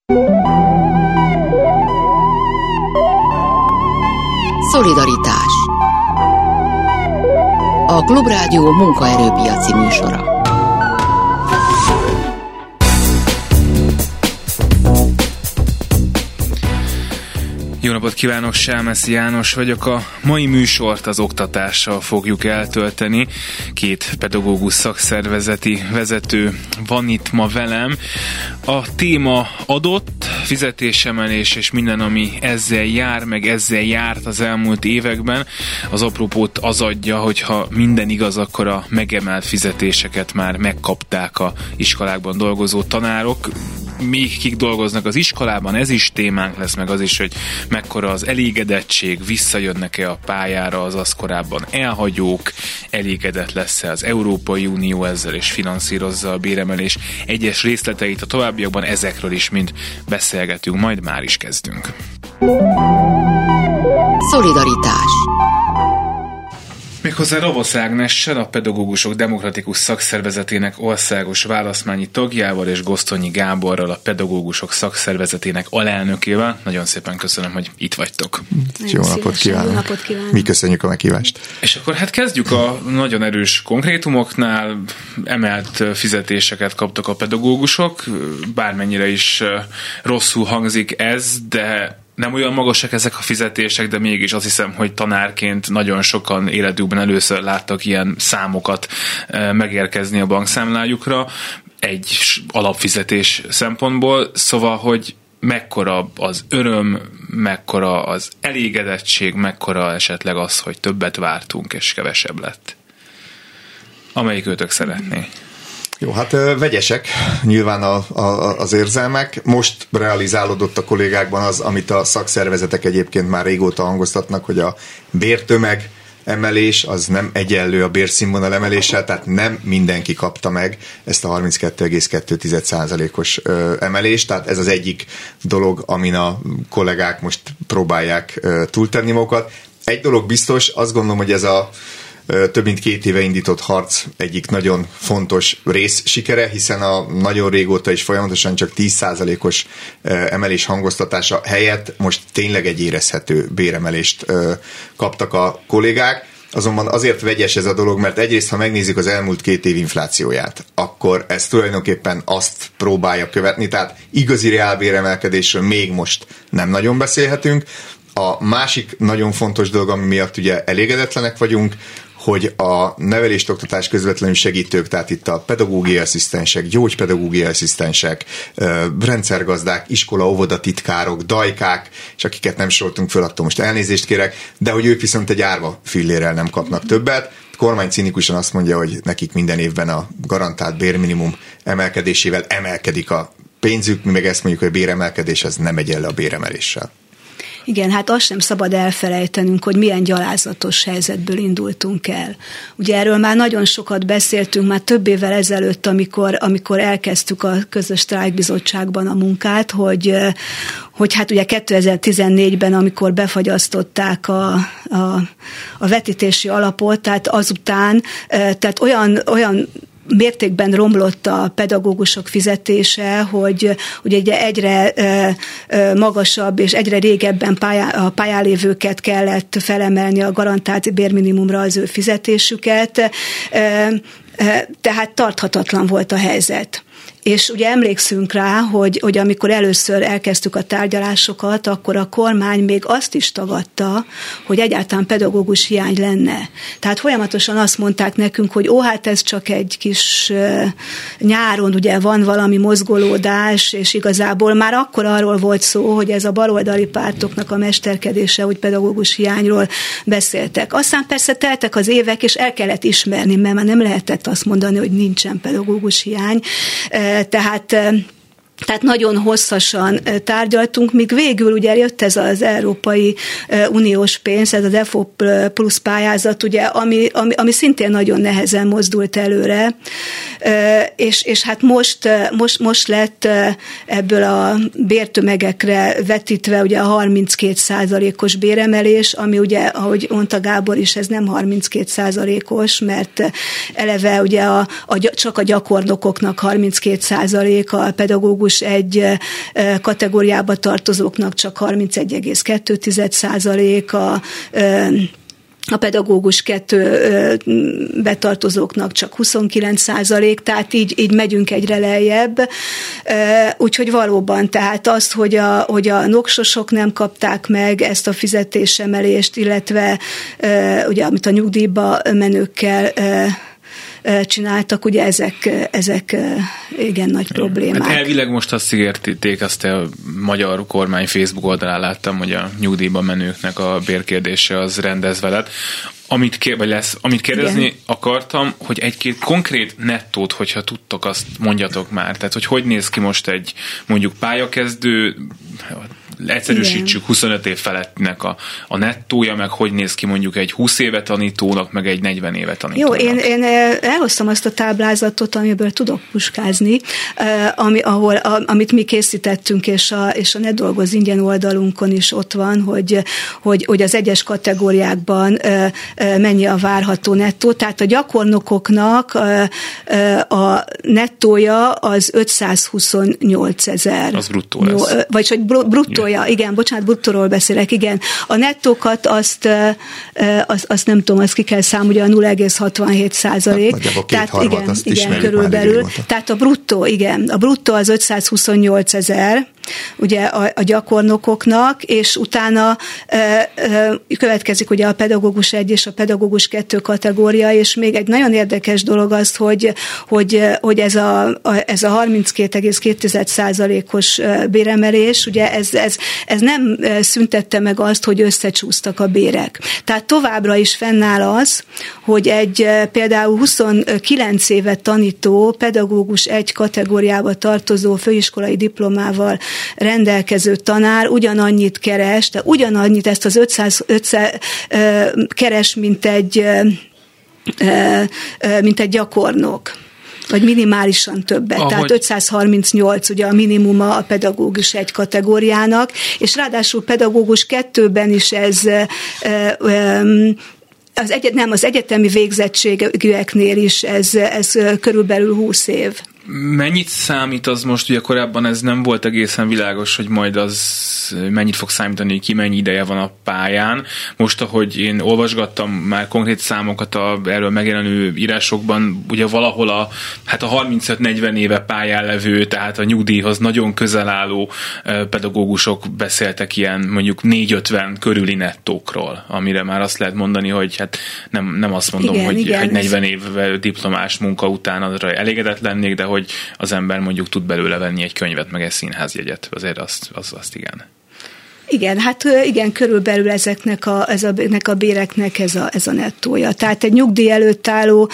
Szolidaritás. A Klubrádió munkaerőpiaci műsora. Jó napot kívánok, Selmeszi János vagyok. A mai műsort az oktatással fogjuk eltölteni. Két pedagógus szakszervezeti vezető van itt ma velem. A téma adott, fizetésemelés és minden, ami ezzel jár, meg ezzel járt az elmúlt években. Az apropót az adja, hogyha minden igaz, akkor a megemelt fizetéseket már megkapták a iskolákban dolgozó tanárok. Még kik dolgoznak az iskolában, ez is témánk lesz, meg az is, hogy mekkora az elégedettség, visszajönnek-e a pályára az azt korábban elhagyók, elégedett lesz-e az Európai Unió ezzel, és finanszírozza a béremelés egyes részleteit a továbbiakban, ezekről is mind beszélgetünk, majd már is kezdünk. Szolidaritás. Méghozzá Ravosz Ágnessel, a Pedagógusok Demokratikus Szakszervezetének országos választmányi tagjával, és Gosztonyi Gáborral, a Pedagógusok Szakszervezetének alelnökével. Nagyon szépen köszönöm, hogy itt vagytok. Jó napot kívánok. Mi köszönjük a meghívást. És akkor hát kezdjük a nagyon erős konkrétumoknál. Emelt fizetéseket kaptak a pedagógusok, bármennyire is rosszul hangzik ez, de nem olyan magasak ezek a fizetések, de mégis azt hiszem, hogy tanárként nagyon sokan életükben először láttak ilyen számokat megérkezni a bankszámlájukra egy alapfizetés szempontból. Szóval, hogy mekkora az öröm, mekkora az elégedettség, mekkora esetleg az, hogy többet vártunk és kevesebb lett. Amelyik őtök szeretné? Jó, hát vegyesek nyilván az érzelmek. Most realizálódott a kollégákban az, amit a szakszervezetek egyébként már régóta hangoztatnak, hogy a bértömeg emelés az nem egyenlő a bérszínvonal emeléssel, tehát nem mindenki kapta meg ezt a 32,2%-os emelést, tehát ez az egyik dolog, amin a kollégák most próbálják túltenni magukat. Egy dolog biztos, azt gondolom, hogy ez a több mint 2 éve indított harc egyik nagyon fontos rész sikere, hiszen a nagyon régóta és folyamatosan csak 10%-os emelés hangoztatása helyett most tényleg egy érezhető béremelést kaptak a kollégák. Azonban azért vegyes ez a dolog, mert egyrészt, ha megnézzük az elmúlt 2 év inflációját, akkor ez tulajdonképpen azt próbálja követni, tehát igazi reálbéremelkedésről még most nem nagyon beszélhetünk. A másik nagyon fontos dolog, ami miatt ugye elégedetlenek vagyunk, hogy a nevelést, oktatás közvetlenül segítők, tehát itt a pedagógiai asszisztensek, gyógypedagógiai asszisztensek, rendszergazdák, iskola, óvodatitkárok, dajkák, és akiket nem soroltunk föl, attól most elnézést kérek, de hogy ők viszont egy árva fillérrel nem kapnak többet. A kormány cinikusan azt mondja, hogy nekik minden évben a garantált bérminimum emelkedésével emelkedik a pénzük, mi meg ezt mondjuk, hogy a béremelkedés az nem egyenlő a béremeléssel. Igen, hát azt sem szabad elfelejtenünk, hogy milyen gyalázatos helyzetből indultunk el. Ugye erről már nagyon sokat beszéltünk, már több évvel ezelőtt, amikor elkezdtük a közös sztrájkbizottságban a munkát, hogy hát ugye 2014-ben, amikor befagyasztották a vetítési alapot, tehát azután, tehát olyan mértékben romlott a pedagógusok fizetése, hogy ugye egyre magasabb és egyre régebben a pályán lévőket kellett felemelni a garantált bérminimumra az ő fizetésüket, tehát tarthatatlan volt a helyzet. És ugye emlékszünk rá, hogy amikor először elkezdtük a tárgyalásokat, akkor a kormány még azt is tagadta, hogy egyáltalán pedagógus hiány lenne. Tehát folyamatosan azt mondták nekünk, hogy hát ez csak egy kis nyáron ugye van valami mozgolódás, és igazából már akkor arról volt szó, hogy ez a baloldali pártoknak a mesterkedése, hogy pedagógus hiányról beszéltek. Aztán persze teltek az évek, és el kellett ismerni, mert már nem lehetett azt mondani, hogy nincsen pedagógus hiány. Tehát nagyon hosszasan tárgyaltunk, míg végül ugye jött ez az Európai Uniós pénz, ez a DEFO plusz pályázat, ugye, ami szintén nagyon nehezen mozdult előre, és hát most lett ebből a bértömegekre vetítve ugye a 32%-os béremelés, ami ugye, ahogy mondta Gábor is, ez nem 32%-os, mert eleve ugye csak a gyakornokoknak 32%, a pedagógus pedagógus egy kategóriába tartozóknak csak 31,2%, a pedagógus 2 betartozóknak csak 29%, tehát így megyünk egyre lejjebb. Úgyhogy valóban, tehát azt, hogy a noksosok nem kapták meg ezt a fizetésemelést, illetve ugye, amit a nyugdíjba menőkkel csináltak, ugye ezek igen nagy problémák. Hát elvileg most azt ígérték, azt a magyar kormány Facebook oldalán láttam, hogy a nyugdíjba menőknek a bérkérdése az rendezve lett. Amit kérdezni igen. akartam, hogy egy-két konkrét nettót, hogyha tudtok, azt mondjatok már. Tehát, hogy néz ki most egy mondjuk pályakezdő, egyszerűsítsük 25 év felettnek a nettója, meg hogy néz ki mondjuk egy 20 éve tanítónak, meg egy 40 éve tanítónak. Jó, én elhoztam azt a táblázatot, amiből tudok puskázni, amit mi készítettünk, és a Ne Dolgozz Ingyen oldalunkon is ott van, hogy az egyes kategóriákban mennyi a várható nettó. Tehát a gyakornokoknak a nettója az 528 000. Az bruttó lesz. Vagyis, hogy bruttó. Igen, bocsánat, bruttóról beszélek, igen. A nettókat azt nem tudom, azt ki kell számolni, a 0,67%. Tehát igen, körülbelül. Tehát a bruttó az 528 000, ugye a gyakornokoknak, és utána következik ugye a pedagógus 1 és a pedagógus 2 kategória, és még egy nagyon érdekes dolog az, hogy ez a 32,2%-os béremelés, ugye ez nem szüntette meg azt, hogy összecsúsztak a bérek. Tehát továbbra is fennáll az, hogy egy például 29 évet tanító, pedagógus 1 kategóriába tartozó főiskolai diplomával rendelkező tanár ugyanannyit keres, de ugyanannyit ezt az 500 keres, mint egy gyakornok. Vagy minimálisan többet. Tehát 538 ugye a minimuma a pedagógus 1 kategóriának, és ráadásul pedagógus 2-ben is ez az egyetemi végzettségűeknél is ez körülbelül 20 év. Mennyit számít az most, ugye korábban ez nem volt egészen világos, hogy majd az mennyit fog számítani, ki mennyi ideje van a pályán. Most, ahogy én olvasgattam már konkrét számokat erről megjelenő írásokban, ugye valahol a 35-40 éve pályán levő, tehát a nyugdíjhoz nagyon közel álló pedagógusok beszéltek ilyen mondjuk 4-50 körüli nettókról, amire már azt lehet mondani, hogy hát nem azt mondom, igen, hogy igen, 40 év diplomás munka után azra elégedett lennék, de hogy az ember mondjuk tud belőle venni egy könyvet, meg egy színházjegyet. Azért azt igen. Igen, hát igen, körülbelül ezeknek a béreknek ez a nettója. Tehát egy nyugdíj előtt álló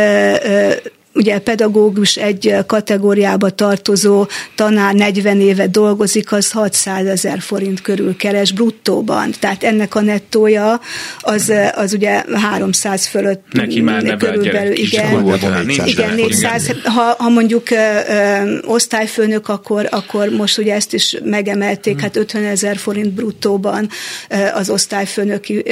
ugye pedagógus 1 kategóriába tartozó tanár 40 évet dolgozik, az 600 000 forint körül keres bruttóban. Tehát ennek a nettója az ugye 300 fölött. Neki már körülbelül, igen, 400. Ha mondjuk osztályfőnök, akkor most ugye ezt is megemelték, hát 50 000 forint bruttóban az osztályfőnöki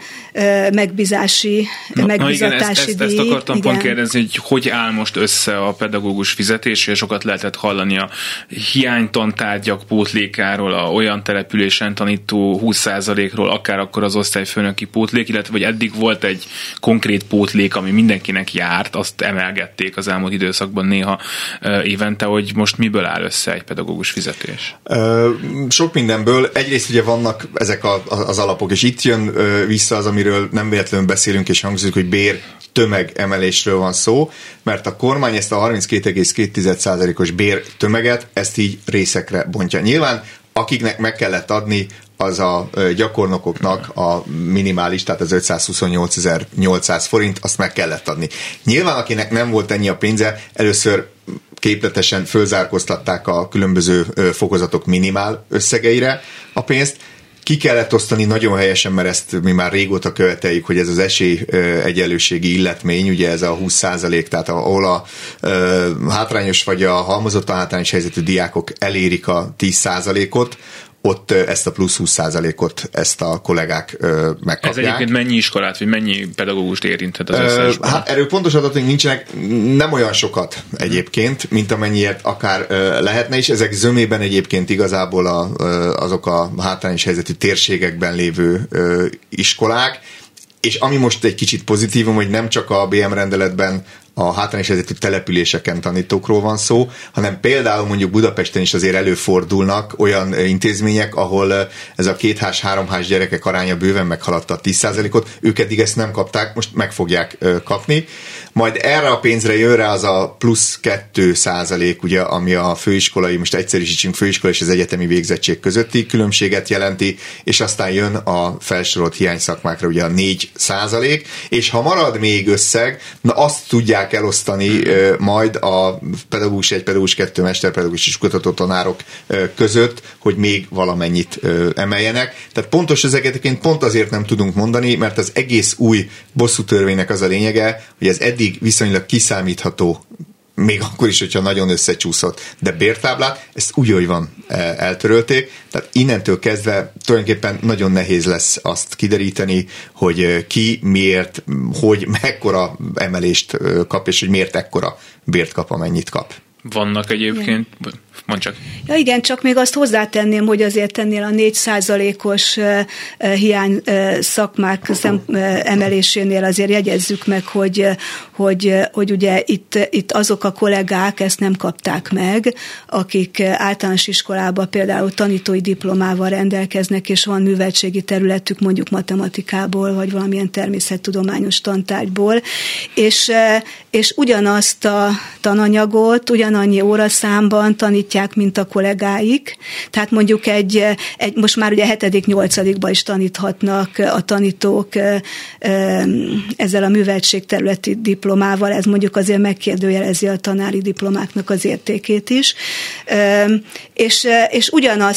megbízatási díj. Ezt akartam pont kérdezni, hogy áll most össze a pedagógus fizetés, és sokat lehetett hallani a hiánytantárgyak pótlékáról, olyan településen tanító 20%-ról, akár akkor az osztályfőnöki pótlék, illetve hogy eddig volt egy konkrét pótlék, ami mindenkinek járt, azt emelgették az elmúlt időszakban néha évente, hogy most miből áll össze egy pedagógus fizetés? Sok mindenből. Egyrészt ugye vannak ezek az alapok, és itt jön vissza az, amiről nem véletlenül beszélünk, és hangzik, hogy bér tömegemelésről van szó, mert a kormány ezt a 32,2%-os bér tömeget, ezt így részekre bontja. Nyilván, akiknek meg kellett adni, az a gyakornokoknak a minimális, tehát az 528.800 forint, azt meg kellett adni. Nyilván, akinek nem volt ennyi a pénze, először képletesen fölzárkóztatták a különböző fokozatok minimál összegeire a pénzt, ki kellett osztani nagyon helyesen, mert ezt mi már régóta követeljük, hogy ez az esélyegyenlőségi illetmény, ugye ez a 20%, tehát ahol a hátrányos vagy a halmozottan hátrányos helyzetű diákok elérik a 10%-ot, ott ezt a plusz 20%-ot ezt a kollégák megkapják. Ez egyébként mennyi iskolát, vagy mennyi pedagógust érinthet az összes iskola? Hát erről pontos adatok nincsenek, nem olyan sokat egyébként, mint amennyiért akár lehetne is. Ezek zömében egyébként igazából azok a hátrányos helyzetű térségekben lévő iskolák, és ami most egy kicsit pozitívum, hogy nem csak a BM rendeletben a hátrányos helyzetű településeken tanítókról van szó, hanem például mondjuk Budapesten is azért előfordulnak olyan intézmények, ahol ez a 2H-3H gyerekek aránya bőven meghaladta a 10%-ot, ők eddig ezt nem kapták, most meg fogják kapni. Majd erre a pénzre jön rá az a plusz 2%, ugye, ami a főiskolai, most egyszerűsítsünk, főiskola és az egyetemi végzettség közötti különbséget jelenti, és aztán jön a felsorolt hiányszakmákra ugye a 4%, és ha marad még összeg, na azt tudják elosztani majd a pedagógus 1, pedagógus 2, mesterpedagógus és kutatótanárok között, hogy még valamennyit emeljenek. Tehát pontos ezeket pont azért nem tudunk mondani, mert az egész új bosszútörvénynek az a lényege, hogy ez eddig viszonylag kiszámítható, még akkor is, hogyha nagyon összecsúszott, de bértáblát, ezt úgy, hogy van, eltörölték, tehát innentől kezdve tulajdonképpen nagyon nehéz lesz azt kideríteni, hogy ki, miért, hogy mekkora emelést kap, és hogy miért ekkora bért kap, amennyit kap. Vannak egyébként, mondd csak. Ja igen, csak még azt hozzátenném, hogy azért ennél a 4%-os hiány szakmák emelésénél azért jegyezzük meg, hogy ugye itt azok a kollégák ezt nem kapták meg, akik általános iskolában például tanítói diplomával rendelkeznek, és van műveltségi területük mondjuk matematikából, vagy valamilyen természettudományos tantárgyból, és ugyanazt a tananyagot, ugyanannyi óraszámban tanítják, mint a kollégáik. Tehát mondjuk most már ugye 7.-8. is taníthatnak a tanítók ezzel a műveltségterületi diplomával, ez mondjuk azért megkérdőjelezi a tanári diplomáknak az értékét is. És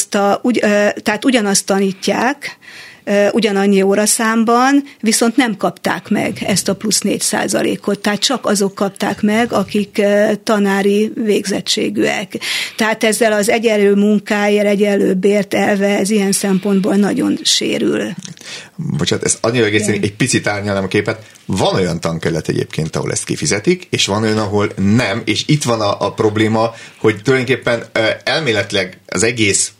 ugyanazt tanítják, ugyanannyi óraszámban, viszont nem kapták meg ezt a plusz 4%-ot, tehát csak azok kapták meg, akik tanári végzettségűek. Tehát ezzel az egyenlő munkáért, egyenlő bért elve, ez ilyen szempontból nagyon sérül. Bocsánat, ezt annyira egészen egy picit árnyalom a képet. Van olyan tankerület egyébként, ahol ezt kifizetik, és van olyan, ahol nem, és itt van a probléma, hogy tulajdonképpen elméletileg az egész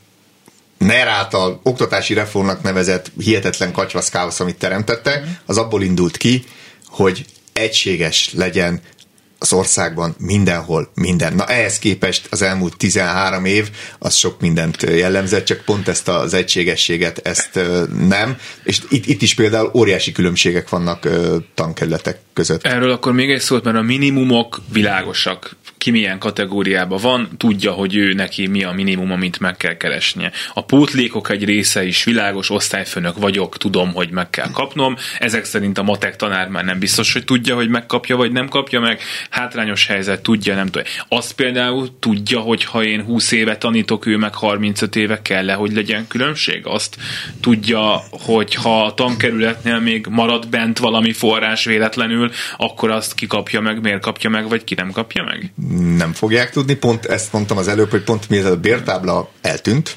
NER által oktatási reformnak nevezett hihetetlen katyvaszkáosz, amit teremtettek, az abból indult ki, hogy egységes legyen az országban mindenhol minden. Na ehhez képest az elmúlt 13 év az sok mindent jellemzett, csak pont ezt az egységességet, ezt nem. És itt is például óriási különbségek vannak tankerületek között. Erről akkor még egy szót, mert a minimumok világosak. Ki milyen kategóriában van, tudja, hogy ő neki mi a minimum, amit meg kell keresnie. A pótlékok egy része is világos, osztályfőnök vagyok, tudom, hogy meg kell kapnom. Ezek szerint a matek tanár már nem biztos, hogy tudja, hogy megkapja, vagy nem kapja meg. Hátrányos helyzet, tudja, nem tudja. Azt például tudja, hogy ha én 20 éve tanítok, ő meg 35 éve, kell-e, hogy legyen különbség? Azt tudja, hogy ha a tankerületnél még marad bent valami forrás véletlenül, akkor azt ki kapja meg, miért kapja meg, vagy ki nem kapja meg? Nem fogják tudni, pont ezt mondtam az előbb, hogy pont miért a bértábla eltűnt,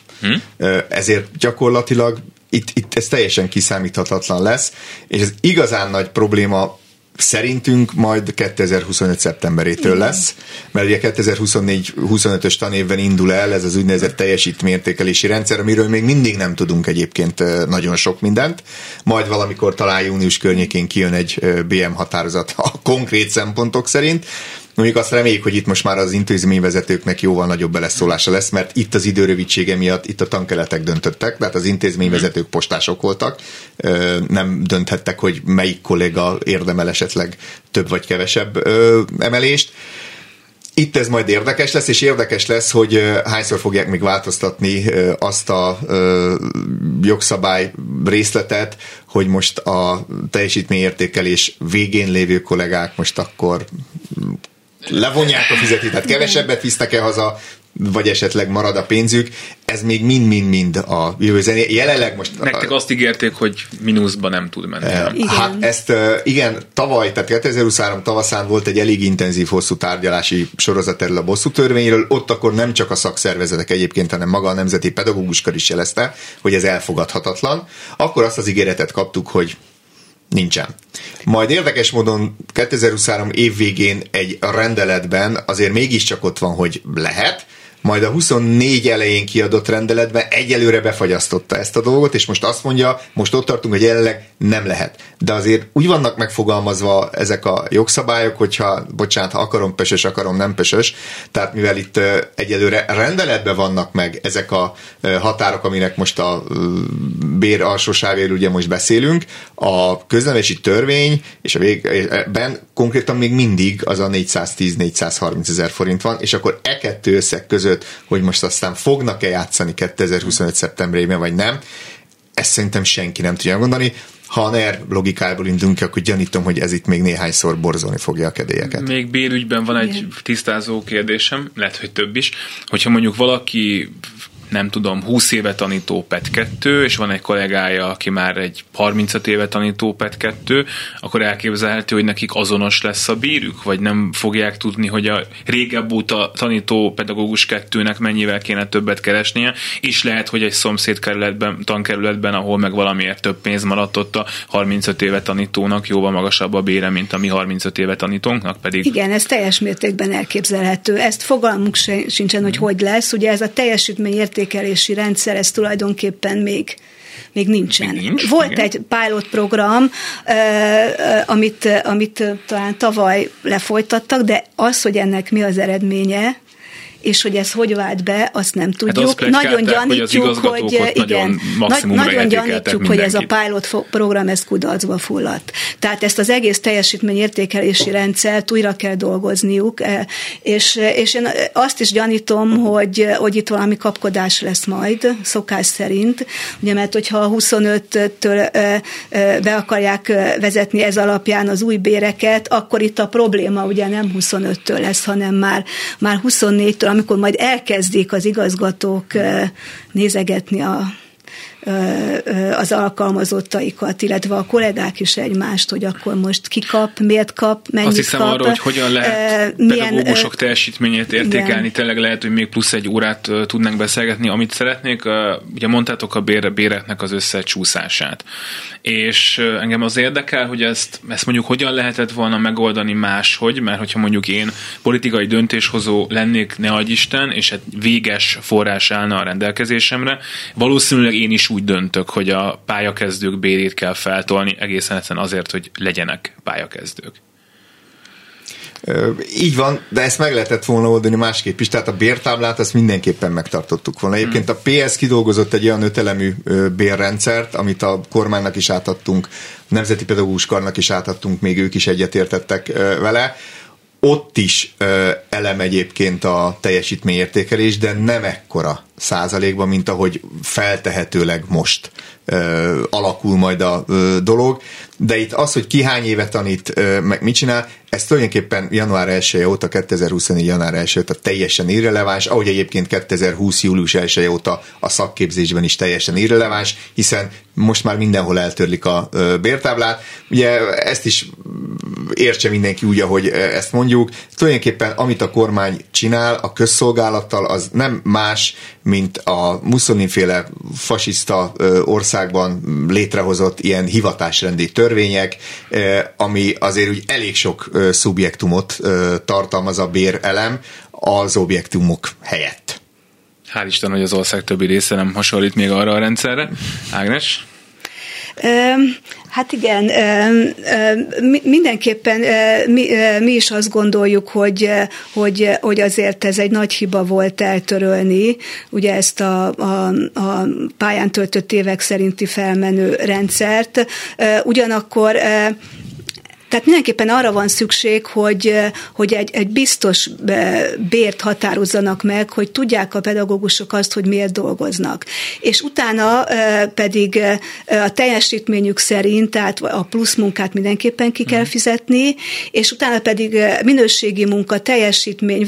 ezért gyakorlatilag itt ez teljesen kiszámíthatatlan lesz, és ez igazán nagy probléma szerintünk majd 2025. szeptemberétől lesz, mert ugye 2024-25-ös tanévben indul el ez az úgynevezett teljesítményértékelési rendszer, amiről még mindig nem tudunk egyébként nagyon sok mindent, majd valamikor talán június környékén kijön egy BM határozat a konkrét szempontok szerint. Mondjuk azt reméljük, hogy itt most már az intézményvezetőknek jóval nagyobb beleszólása lesz, mert itt az időrövidsége miatt itt a tankerületek döntöttek, tehát az intézményvezetők postások voltak, nem dönthettek, hogy melyik kolléga érdemel esetleg több vagy kevesebb emelést. Itt ez majd érdekes lesz, és érdekes lesz, hogy hányszor fogják még változtatni azt a jogszabály részletet, hogy most a teljesítményértékelés végén lévő kollégák most akkor levonják a fizetést, tehát kevesebbet visznek-e haza, vagy esetleg marad a pénzük, ez még mind a jövő zené. Jelenleg most... Nektek azt ígérték, hogy mínuszba nem tud menni. Hát ezt igen, tavaly, tehát 2023 tavaszán volt egy elég intenzív, hosszú tárgyalási sorozat erről a bosszútörvényről, ott akkor nem csak a szakszervezetek egyébként, hanem maga a Nemzeti Pedagógus Kar is jelezte, hogy ez elfogadhatatlan. Akkor azt az ígéretet kaptuk, hogy nincsen. Majd érdekes módon 2023 év végén egy rendeletben azért mégiscsak ott van, hogy lehet, majd a 24 elején kiadott rendeletben egyelőre befagyasztotta ezt a dolgot, és most azt mondja, most ott tartunk, hogy jelenleg nem lehet. De azért úgy vannak megfogalmazva ezek a jogszabályok, hogyha, bocsánat, ha akarom pösös, akarom nem pösös, tehát mivel itt egyelőre rendeletben vannak meg ezek a határok, aminek most a bér alsósávjáról ugye most beszélünk, a köznevelési törvény és a végben konkrétan még mindig az a 410-430 ezer forint van, és akkor kettő összeg között, hogy most aztán fognak-e játszani 2025. szeptemberében, vagy nem, ezt szerintem senki nem tudja mondani. Ha a NER logikából indulunk ki, akkor gyanítom, hogy ez itt még néhányszor borzolni fogja a kedélyeket. Még bérügyben van egy tisztázó kérdésem, lehet, hogy több is, hogyha mondjuk valaki nem tudom, 20 éve tanító PET 2, és van egy kollégája, aki már egy 35 éve tanító PET 2, akkor elképzelhető, hogy nekik azonos lesz a bérük, vagy nem fogják tudni, hogy a régebb óta tanító pedagógus 2-nek mennyivel kéne többet keresnie, és lehet, hogy egy szomszéd tankerületben, ahol meg valamiért több pénz maradt, ott a 35 éve tanítónak jóval magasabb a bére, mint a mi 35 éve tanítónknak pedig. Igen, ez teljes mértékben elképzelhető. Ezt fogalmunk sincsen, hogy lesz. Ugye ez a teljesítményértékelési rendszer, ez tulajdonképpen még nincsen. Volt egy pilot program, amit talán tavaly lefolytattak, de az, hogy ennek mi az eredménye, és hogy ez hogy vált be, azt nem tudjuk. Hát nagyon gyanítjuk, hogy ez a pilot program ez kudarcba fulladt. Tehát ezt az egész teljesítményértékelési rendszert újra kell dolgozniuk, és én azt is gyanítom, hogy itt valami kapkodás lesz majd, szokás szerint, ugye, mert hogyha a 25-től be akarják vezetni ez alapján az új béreket, akkor itt a probléma ugye nem 25-től lesz, hanem már 24-től, amikor majd elkezdik az igazgatók nézegetni az alkalmazottaikat, illetve a kollégák is egymást, hogy akkor most ki kap, miért kap, mennyit kap. Azt hiszem arról, hogy hogyan lehet pedagógusok teljesítményét értékelni, igen. Tényleg lehet, hogy még plusz egy órát tudnánk beszélgetni, amit szeretnék. Ugye mondtátok a béreknek az összecsúszását. És engem az érdekel, hogy ezt mondjuk hogyan lehetett volna megoldani máshogy, mert hogyha mondjuk én politikai döntéshozó lennék, ne adj Isten, és egy véges forrás állna a rendelkezésemre, valószínűleg én is úgy döntök, hogy a pályakezdők bérét kell feltolni, egészen egyszerűen azért, hogy legyenek pályakezdők. Így van, de ezt meg lehetett volna oldani másképp is, tehát a bértáblát azt mindenképpen megtartottuk volna. Egyébként a PS kidolgozott egy olyan 5 elemű bérrendszert, amit a kormánynak is átadtunk, a Nemzeti Pedagógus Karnak is átadtunk, még ők is egyetértettek vele. Ott is elem egyébként a teljesítményértékelés, de nem ekkora százalékban, mint ahogy feltehetőleg most alakul majd a dolog. De itt az, hogy ki hány éve tanít, meg mit csinál, ez tulajdonképpen január 1 óta, 2024 január 1 óta teljesen irreleváns, ahogy egyébként 2020 július 1 óta a szakképzésben is teljesen irreleváns, hiszen most már mindenhol eltörlik a bértáblát. Ugye ezt is értse mindenki úgy, ahogy ezt mondjuk. Tulajdonképpen amit a kormány csinál a közszolgálattal, az nem más, mint a Mussolini-féle fasiszta országban létrehozott ilyen hivatásrendi törvények, ami azért úgy elég sok szubjektumot tartalmaz a bérelem az objektumok helyett. Hál' Isten, hogy az ország többi része nem hasonlít még arra a rendszerre. Ágnes? Hát igen, mindenképpen mi is azt gondoljuk, hogy azért ez egy nagy hiba volt eltörölni, ugye ezt a pályán töltött évek szerinti felmenő rendszert. Ugyanakkor Tehát mindenképpen arra van szükség, hogy egy biztos bért határozzanak meg, hogy tudják a pedagógusok azt, hogy miért dolgoznak. És utána pedig a teljesítményük szerint, tehát a plusz munkát mindenképpen ki kell fizetni, és utána pedig minőségi munka, teljesítmény,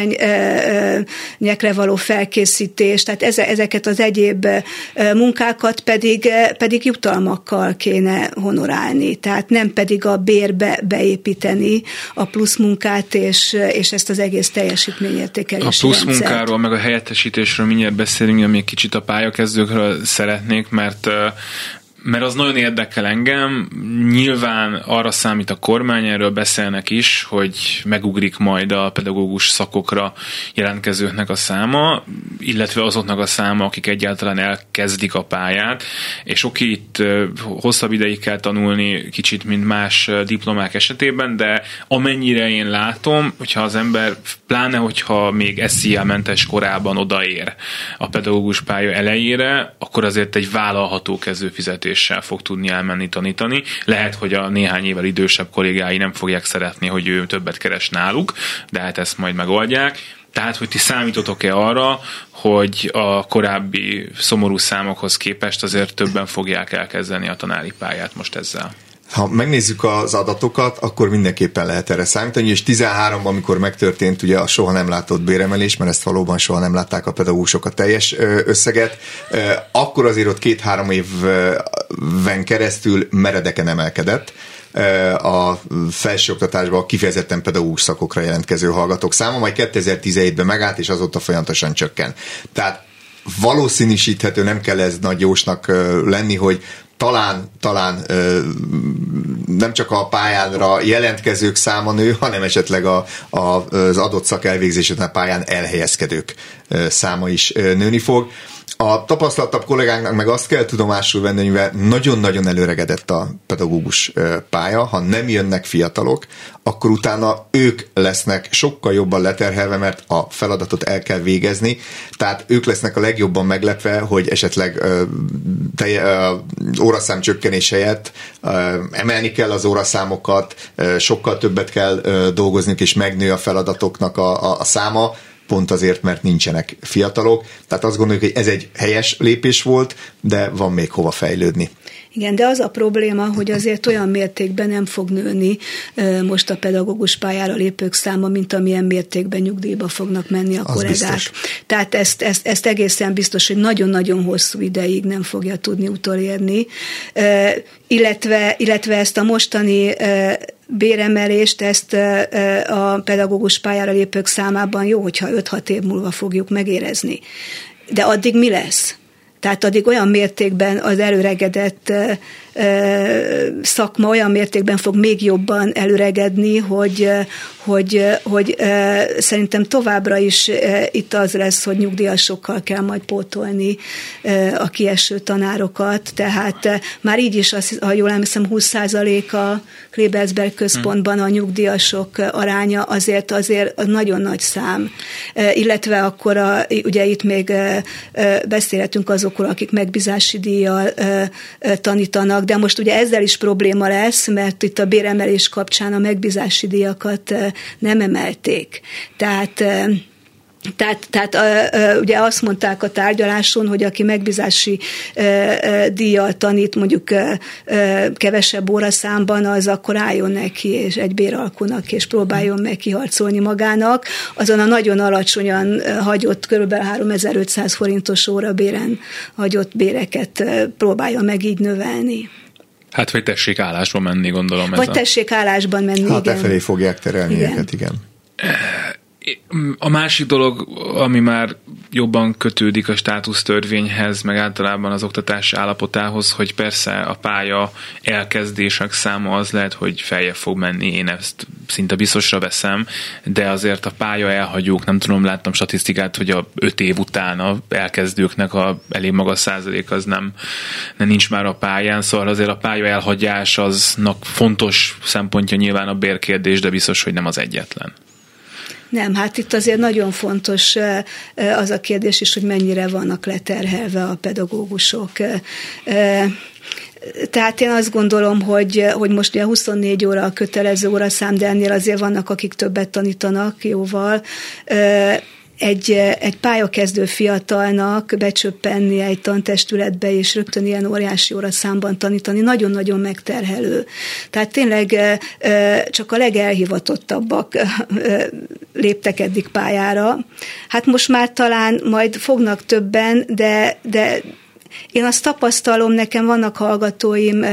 versenyekre való felkészítés, tehát ezeket az egyéb munkákat pedig jutalmakkal kéne honorálni. Tehát nem pedig a bérbe beépíteni a plusz munkát, és ezt az egész teljesítményértékelési rendszert. A plusz munkáról, meg a helyettesítésről mindjárt beszélünk, ami egy kicsit a pályakezdőkről szeretnék, mert az nagyon érdekel engem. Nyilván arra számít a kormány, erről beszélnek is, hogy megugrik majd a pedagógus szakokra jelentkezőknek a száma, illetve azoknak a száma, akik egyáltalán elkezdik a pályát, és oké, itt hosszabb ideig kell tanulni kicsit, mint más diplomák esetében, de amennyire én látom, hogyha az ember, pláne hogyha még SZIA-mentes korában odaér a pedagógus pálya elejére, akkor azért egy vállalható kezdőfizetés fog tudni elmenni tanítani. Lehet, hogy a néhány évvel idősebb kollégái nem fogják szeretni, hogy ő többet keres náluk, de hát ezt majd megoldják. Tehát, hogy ti számítotok-e arra, hogy a korábbi szomorú számokhoz képest azért többen fogják elkezdeni a tanári pályát most ezzel? Ha megnézzük az adatokat, akkor mindenképpen lehet erre számítani, és 13-ban, amikor megtörtént ugye a soha nem látott béremelés, mert ezt valóban soha nem látták a pedagógusok a teljes összeget, akkor azért ott 2-3 évben keresztül meredeken emelkedett a felsőoktatásban kifejezetten pedagógus szakokra jelentkező hallgatók száma, majd 2017-ben megállt, és azóta folyamatosan csökken. Tehát valószínűsíthető, nem kell ez nagy jósnak lenni, hogy talán nem csak a pályánra jelentkezők száma nő, hanem esetleg az adott szak elvégzésén pályán elhelyezkedők száma is nőni fog. A tapasztaltabb kollégánknak meg azt kell tudomásul venni, mivel nagyon-nagyon előregedett a pedagógus pálya, ha nem jönnek fiatalok, akkor utána ők lesznek sokkal jobban leterhelve, mert a feladatot el kell végezni, tehát ők lesznek a legjobban meglepve, hogy esetleg óraszám csökkenés helyett emelni kell az óraszámokat, sokkal többet kell dolgozniuk, és megnő a feladatoknak a száma, pont azért, mert nincsenek fiatalok. Tehát azt gondoljuk, hogy ez egy helyes lépés volt, de van még hova fejlődni. Igen, de az a probléma, hogy azért olyan mértékben nem fog nőni most a pedagógus pályára lépők száma, mint amilyen mértékben nyugdíjba fognak menni a kollégák. Biztos. Tehát ezt egészen biztos, hogy nagyon-nagyon hosszú ideig nem fogja tudni utolérni, illetve ezt a mostani béremelést, ezt a pedagógus pályára lépők számában jó, hogyha 5-6 év múlva fogjuk megérezni. De addig mi lesz? Tehát addig olyan mértékben az előregedett szakma olyan mértékben fog még jobban előregedni, hogy szerintem továbbra is itt az lesz, hogy nyugdíjasokkal kell majd pótolni a kieső tanárokat. Tehát már így is, ha jól emlékszem, 20% a Klebersberg központban a nyugdíjasok aránya, azért nagyon nagy szám. Illetve akkor ugye itt még beszélhetünk azokról, akik megbízási díjjal tanítanak, de most ugye ezzel is probléma lesz, mert itt a béremelés kapcsán a megbízási díjakat nem emelték. Tehát ugye azt mondták a tárgyaláson, hogy aki megbízási díjjal tanít, mondjuk kevesebb óraszámban, az akkor álljon neki és egy béralkunak, és próbáljon meg kiharcolni magának. Azon a nagyon alacsonyan hagyott, kb. 3500 forintos órabéren hagyott béreket próbálja meg így növelni. Hát, vagy tessék állásba menni, gondolom. Vagy tessék állásban menni, igen. Hát efelé fogják terelni őket, igen. A másik dolog, ami már jobban kötődik a státusztörvényhez, meg általában az oktatás állapotához, hogy persze a pálya elkezdések száma az lehet, hogy feljebb fog menni, én ezt szinte biztosra veszem, de azért a pálya elhagyók, nem tudom, láttam statisztikát, hogy a 5 év után a elkezdőknek a elég magas százalék az nem nincs már a pályán, szóval azért a pálya elhagyás aznak fontos szempontja nyilván a bérkérdés, de biztos, hogy nem az egyetlen. Nem, hát itt azért nagyon fontos az a kérdés is, hogy mennyire vannak leterhelve a pedagógusok. Tehát én azt gondolom, hogy most ugye 24 óra a kötelező óraszám, de ennél azért vannak, akik többet tanítanak jóval. Egy pályakezdő fiatalnak becsöppenni egy tantestületbe, és rögtön ilyen óriási óraszámban tanítani, nagyon-nagyon megterhelő. Tehát tényleg csak a legelhivatottabbak léptek eddig pályára. Hát most már talán majd fognak többen, de én azt tapasztalom, nekem vannak hallgatóim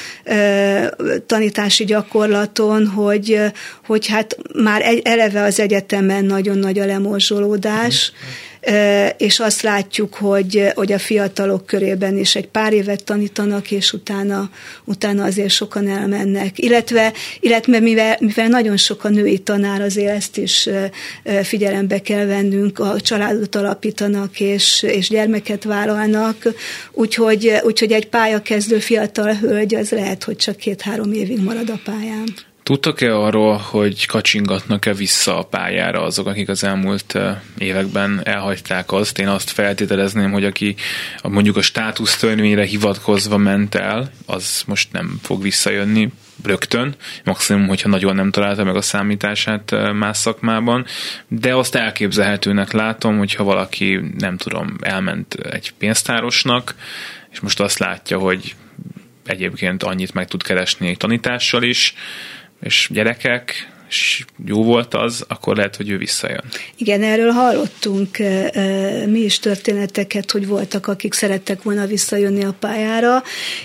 tanítási gyakorlaton, hogy hát már eleve az egyetemen nagyon nagy a lemorzsolódás, és azt látjuk, hogy a fiatalok körében is egy pár évet tanítanak, és utána azért sokan elmennek. Illetve mivel nagyon sok a női tanár, azért ezt is figyelembe kell vennünk, a családot alapítanak, és gyermeket vállalnak, úgyhogy egy pályakezdő fiatal hölgy, az lehet, hogy csak 2-3 évig marad a pályán. Tudtak-e arról, hogy kacsingatnak-e vissza a pályára azok, akik az elmúlt években elhagyták azt? Én azt feltételezném, hogy aki mondjuk a státusztörvényre hivatkozva ment el, az most nem fog visszajönni rögtön, maximum, hogyha nagyon nem találta meg a számítását más szakmában, de azt elképzelhetőnek látom, hogyha valaki, nem tudom, elment egy pénztárosnak, és most azt látja, hogy egyébként annyit meg tud keresni egy tanítással is, és gyerekek, és jó volt az, akkor lehet, hogy ő visszajön. Igen, erről hallottunk mi is történeteket, hogy voltak, akik szerettek volna visszajönni a pályára,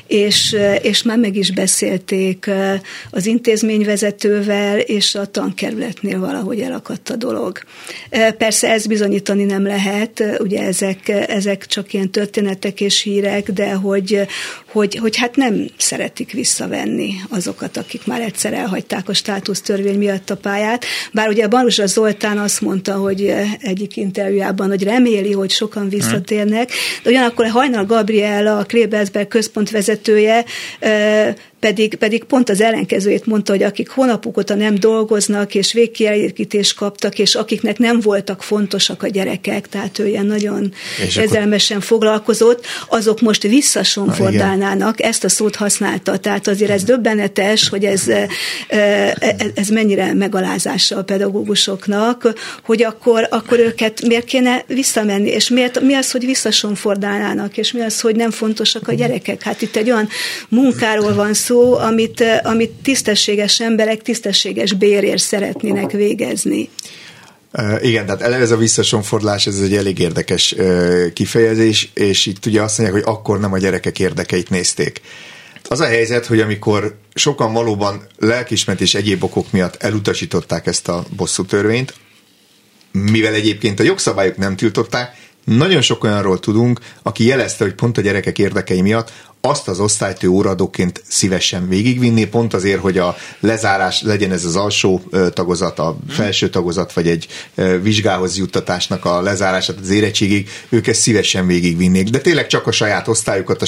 és már meg is beszélték az intézményvezetővel, és a tankerületnél valahogy elakadt a dolog. Persze ezt bizonyítani nem lehet, ugye ezek csak ilyen történetek és hírek, de hogy hát nem szeretik visszavenni azokat, akik már egyszer elhagyták a státusztörvény miatt a pályát. Bár ugye Maruzsa Zoltán azt mondta, hogy egyik interjújában, hogy reméli, hogy sokan visszatérnek, de ugyanakkor Hajnal Gabriella, a Klebersberg központ vezetője, pedig pont az ellenkezőjét mondta, hogy akik hónapok óta nem dolgoznak, és végkielégítést kaptak, és akiknek nem voltak fontosak a gyerekek, tehát ő ilyen nagyon érzelmesen foglalkozott, azok most visszasonfordálnának, ezt a szót használta. Tehát azért ez döbbenetes, hogy ez mennyire megalázása a pedagógusoknak, hogy akkor őket miért kéne visszamenni, és mi az, hogy visszasonfordálnának, és mi az, hogy nem fontosak a gyerekek. Hát itt egy olyan munkáról van szó, amit tisztességes emberek tisztességes bérért szeretnének végezni. Igen, tehát eleve ez a visszasonfordulás, ez egy elég érdekes kifejezés, és itt ugye azt mondják, hogy akkor nem a gyerekek érdekeit nézték. Az a helyzet, hogy amikor sokan valóban lelkiismeret és egyéb okok miatt elutasították ezt a bosszútörvényt, mivel egyébként a jogszabályok nem tiltották, nagyon sok olyanról tudunk, aki jelezte, hogy pont a gyerekek érdekei miatt azt az osztályt ő óraadóként szívesen végigvinni, pont azért, hogy a lezárás legyen ez az alsó tagozat, a felső tagozat, vagy egy vizsgához juttatásnak a lezárását az érettségig, ők ezt szívesen végigvinnék. De tényleg csak a saját osztályukat,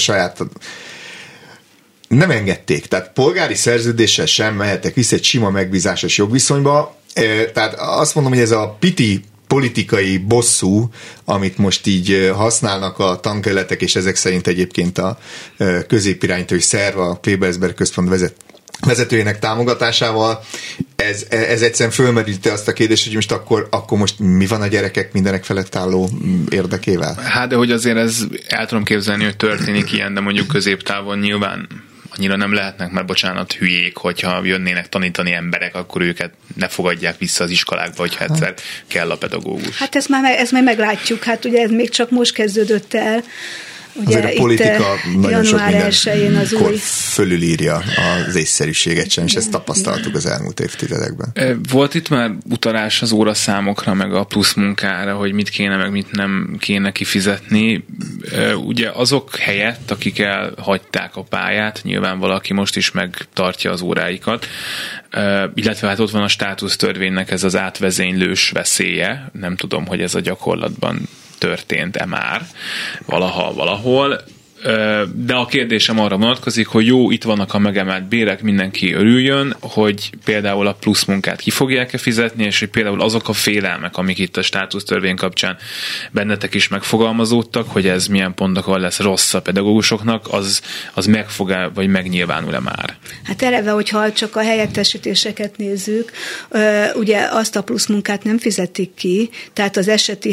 nem engedték. Tehát polgári szerződéssel sem mehettek vissza egy sima megbízásos jogviszonyba. Tehát azt mondom, hogy ez a piti politikai bosszú, amit most így használnak a tankerületek, és ezek szerint egyébként a középirányító szerv, a Klebersberg központ vezetőjének támogatásával, ez egyszerűen fölmerülte azt a kérdést, hogy most akkor most mi van a gyerekek mindenek felett álló érdekével? Hát, de hogy azért ez el tudom képzelni, hogy történik ilyen, de mondjuk középtávon nyilván annyira nem lehetnek, mert bocsánat, hülyék, hogyha jönnének tanítani emberek, akkor őket ne fogadják vissza az iskolákba, hogy egyszer kell a pedagógus. Hát ezt már meglátjuk, hát ugye ez még csak most kezdődött el. Ugye azért a politika nagyon sok mindenkor fölülírja az észszerűséget sem, és ezt tapasztaltuk az elmúlt évtizedekben. Volt itt már utalás az óraszámokra, meg a plusz munkára, hogy mit kéne, meg mit nem kéne kifizetni. Ugye azok helyett, akik elhagyták a pályát, nyilván valaki most is megtartja az óráikat, illetve hát ott van a státusztörvénynek ez az átvezénylős veszélye. Nem tudom, hogy ez a gyakorlatban történt-e már valahol. De a kérdésem arra vonatkozik, hogy jó, itt vannak a megemelt bérek, mindenki örüljön, hogy például a plusz munkát ki fogják-e fizetni, és hogy például azok a félelmek, amik itt a státusztörvény kapcsán bennetek is megfogalmazódtak, hogy ez milyen pontokon lesz rossz a pedagógusoknak, az meg fog-e, vagy megnyilvánul-e már? Hát eleve, hogyha csak a helyettesítéseket nézzük, ugye azt a plusz munkát nem fizetik ki, tehát az eseti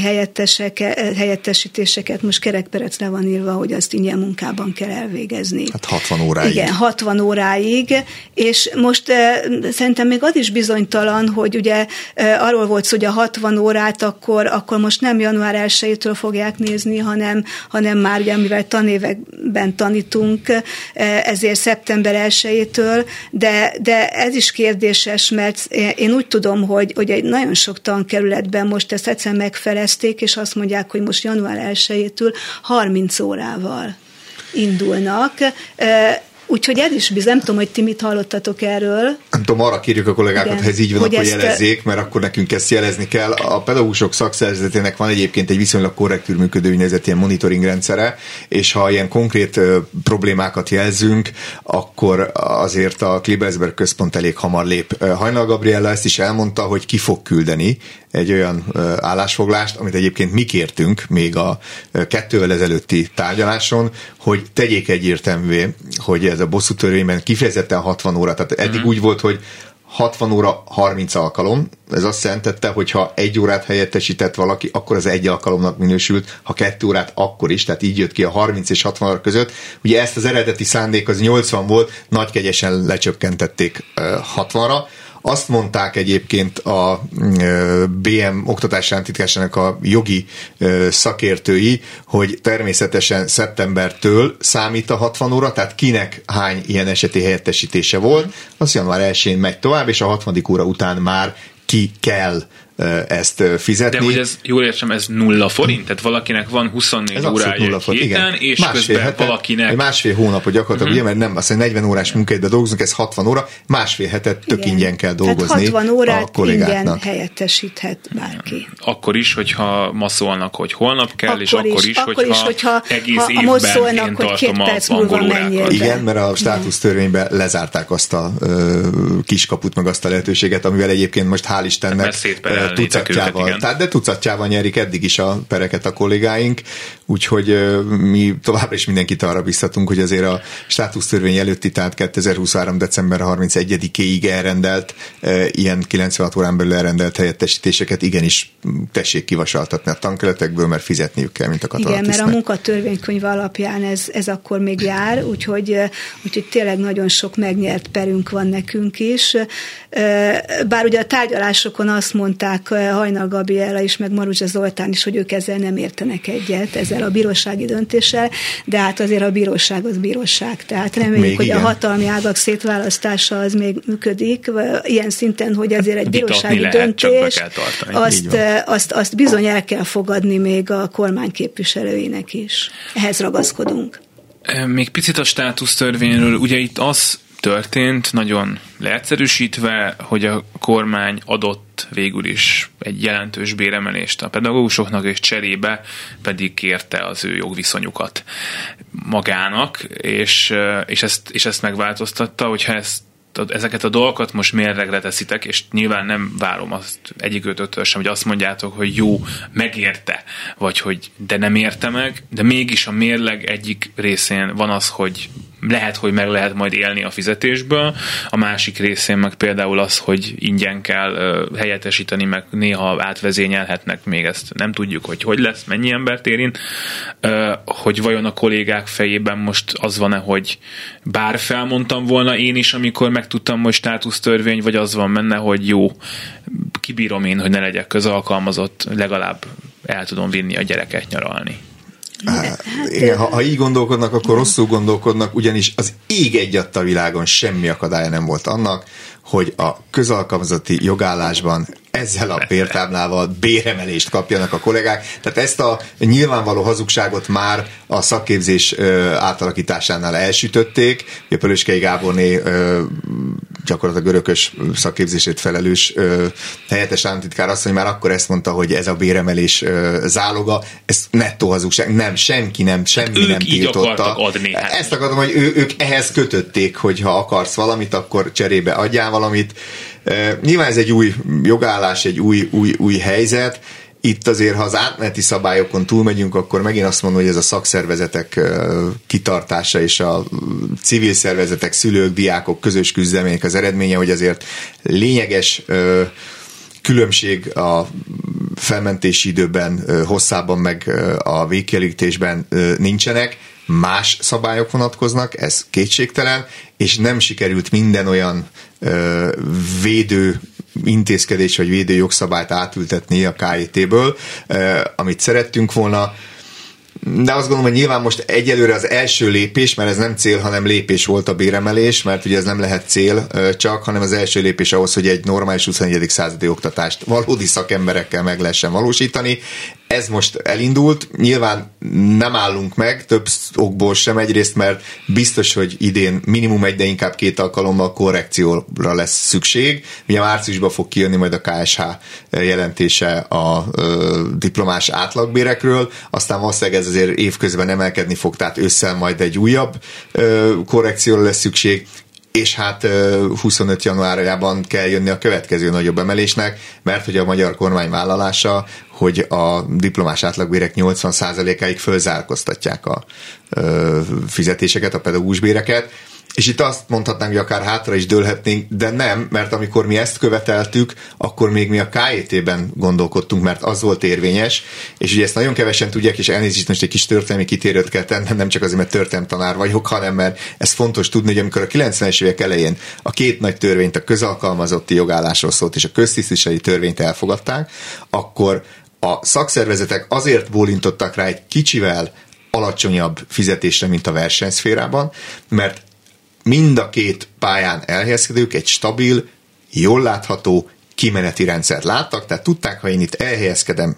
helyettesítéseket most kerekperecre van írva, hogy azt ingyen munkában kell elvégezni. Hát 60 óráig. Igen, 60 óráig, és most szerintem még az is bizonytalan, hogy ugye arról volt szó, hogy a 60 órát akkor most nem január 1-től fogják nézni, hanem már ugye, amivel tanévekben tanítunk, ezért szeptember 1-től, de ez is kérdéses, mert én úgy tudom, hogy egy nagyon sok tankerületben most ezt egyszer megfelezték, és azt mondják, hogy most január 1-től 30 órával indulnak. Úgyhogy ez is nem tudom, hogy ti mit hallottatok erről. Nem tudom, arra kérjük a kollégákat, ha ez így van, akkor jelezzék, mert akkor nekünk ezt jelezni kell. A pedagógusok szakszervezetének van egyébként egy viszonylag korrektül működő úgynevezett ilyen monitoring rendszere, és ha ilyen konkrét problémákat jelzünk, akkor azért a Klebersberg központ elég hamar lép. Hajnal Gabriella ezt is elmondta, hogy ki fog küldeni egy olyan állásfoglást, amit egyébként mi kértünk még a 2-vel ezelőtti tárgyaláson, hogy tegyék egyértelművé, hogy ez a bosszútörvényben kifejezetten 60 óra, tehát eddig úgy volt, hogy 60 óra 30 alkalom, ez azt jelentette, hogy ha 1 órát helyettesített valaki, akkor az 1 alkalomnak minősült, ha 2 órát, akkor is, tehát így jött ki a 30 és 60 óra között. Ugye ezt az eredeti szándék az 80 volt, nagykegyesen lecsökkentették 60-ra. Azt mondták egyébként a BM oktatási államtitkárságának a jogi szakértői, hogy természetesen szeptembertől számít a 60 óra, tehát kinek hány ilyen eseti helyettesítése volt, az január 1-én megy tovább, és a 60. óra után már ki kell ezt fizetni. De hogy ez, jól értsem, ez 0 forint? Tehát valakinek van 24 órája héten, és közben valakinek... Másfél hónapot gyakorlatilag, ugye, mert nem, azt mondja, 40 órás munkáidban dolgozunk, ez 60 óra, másfél hetet tök ingyen kell dolgozni. Tehát 60 órát ingyen helyettesíthet bárki. Akkor is, hogyha ma szólnak, hogy holnap kell, és akkor is, hogyha egész évben szólnak, én tartom a angol órákat. Igen, mert a státusztörvényben lezárták azt a kiskaput, meg azt a lehetőséget, amivel egyébként most hál' Istennek tucatjával. De tucatjával nyerik eddig is a pereket a kollégáink, úgyhogy mi továbbra is mindenkit arra biztatunk, hogy azért a státusztörvény előtti, tehát 2023. december 31-éig elrendelt, ilyen 96 órán belül elrendelt helyettesítéseket igenis tessék kivasaltatni a tankerületekből, mert fizetniük kell, mint a katonatisztnek. Igen, mert a munkatörvénykönyv alapján ez akkor még jár, úgyhogy tényleg nagyon sok megnyert perünk van nekünk is. Bár ugye a tárgyalásokon azt mondták Hajnal Gabriella is, meg Maruzsa Zoltán is, hogy ők ezzel nem értenek egyet, ezzel a bírósági döntéssel, de hát azért a bíróság az bíróság. Tehát reméljük, hogy a hatalmi ágak szétválasztása az még működik, ilyen szinten, hogy azért egy bírósági döntés, azt bizony el kell fogadni még a kormány képviselőinek is. Ehhez ragaszkodunk. Még picit a státusztörvényről, ugye itt az történt, nagyon leegyszerűsítve, hogy a kormány adott végül is egy jelentős béremelést a pedagógusoknak, és cserébe pedig kérte az ő jogviszonyukat magának, és ezt megváltoztatta, hogyha ezeket a dolgokat most mérlegre teszitek, és nyilván nem várom azt egyikőtöktől sem, hogy azt mondjátok, hogy jó, megérte, vagy hogy de nem érte meg, de mégis a mérleg egyik részén van az, hogy lehet, hogy meg lehet majd élni a fizetésből, a másik részén meg például az, hogy ingyen kell helyettesíteni, meg néha átvezényelhetnek, még ezt nem tudjuk, hogy lesz, mennyi embert érint, hogy vajon a kollégák fejében most az van-e, hogy bár felmondtam volna én is, amikor megtudtam, hogy státusztörvény, vagy az van benne, hogy jó, kibírom én, hogy ne legyek közalkalmazott, legalább el tudom vinni a gyereket nyaralni. Igen, ha így gondolkodnak, akkor rosszul gondolkodnak, ugyanis az ég egyatt a világon semmi akadálya nem volt annak, hogy a közalkalmazotti jogállásban ezzel a bértáblával béremelést kapjanak a kollégák. Tehát ezt a nyilvánvaló hazugságot már a szakképzés átalakításánál elsütötték. A Pölöskei Gáborné gyakorlatilag örökös szakképzését felelős helyettes államtitkár asszony már akkor ezt mondta, hogy ez a béremelés záloga. Ez nettó hazugság. Nem, semmi nem tiltotta. Adni. Ezt akarom, hogy ők ehhez kötötték, hogy ha akarsz valamit, akkor cserébe adjál valamit. Nyilván ez egy új jogállás, egy új helyzet. Itt azért, ha az átmeneti szabályokon túlmegyünk, akkor megint azt mondom, hogy ez a szakszervezetek kitartása és a civil szervezetek, szülők, diákok közös küzdelmének az eredménye, hogy azért lényeges különbség a felmentési időben, hosszában meg a végkielégítésben nincsenek. Más szabályok vonatkoznak, ez kétségtelen, és nem sikerült minden olyan védő intézkedés vagy védő jogszabályt átültetni a KIT-ből, amit szerettünk volna. De azt gondolom, hogy nyilván most egyelőre az első lépés, mert ez nem cél, hanem lépés volt a béremelés, mert ugye ez nem lehet cél csak, hanem az első lépés ahhoz, hogy egy normális 21. századi oktatást valódi szakemberekkel meg lehessen valósítani. Ez most elindult, nyilván nem állunk meg, több okból sem, egyrészt, mert biztos, hogy idén minimum egy, de inkább 2 alkalommal korrekcióra lesz szükség. Ugye márciusban fog kijönni majd a KSH jelentése a diplomás átlagbérekről, aztán valószínűleg ez azért évközben emelkedni fog, tehát ősszel majd egy újabb korrekcióra lesz szükség, és hát 25 januárjában kell jönni a következő nagyobb emelésnek, mert hogy a magyar kormány vállalása, hogy a diplomás átlagbérek 80%-áig fölzárkóztatják a fizetéseket, a pedagógus béreket, és itt azt mondhatnánk, hogy akár hátra is dőlhetnénk, de nem, mert amikor mi ezt követeltük, akkor még mi a KIT-ben gondolkodtunk, mert az volt érvényes, és ugye ezt nagyon kevesen tudják, és elnézést, most egy kis történelmi kitérőt kell tennem, nem csak azért, mert történelemtanár vagyok, hanem mert ez fontos tudni, hogy amikor a 90-es évek elején a 2 nagy törvényt, a közalkalmazotti jogállásról szólt, és a köztisztviselői törvényt elfogadták, akkor a szakszervezetek azért bólintottak rá egy kicsivel alacsonyabb fizetésre, mint a versenyszférában, mert mind a 2 pályán elhelyezkedők egy stabil, jól látható kimeneti rendszert láttak, tehát tudták, ha én itt elhelyezkedem,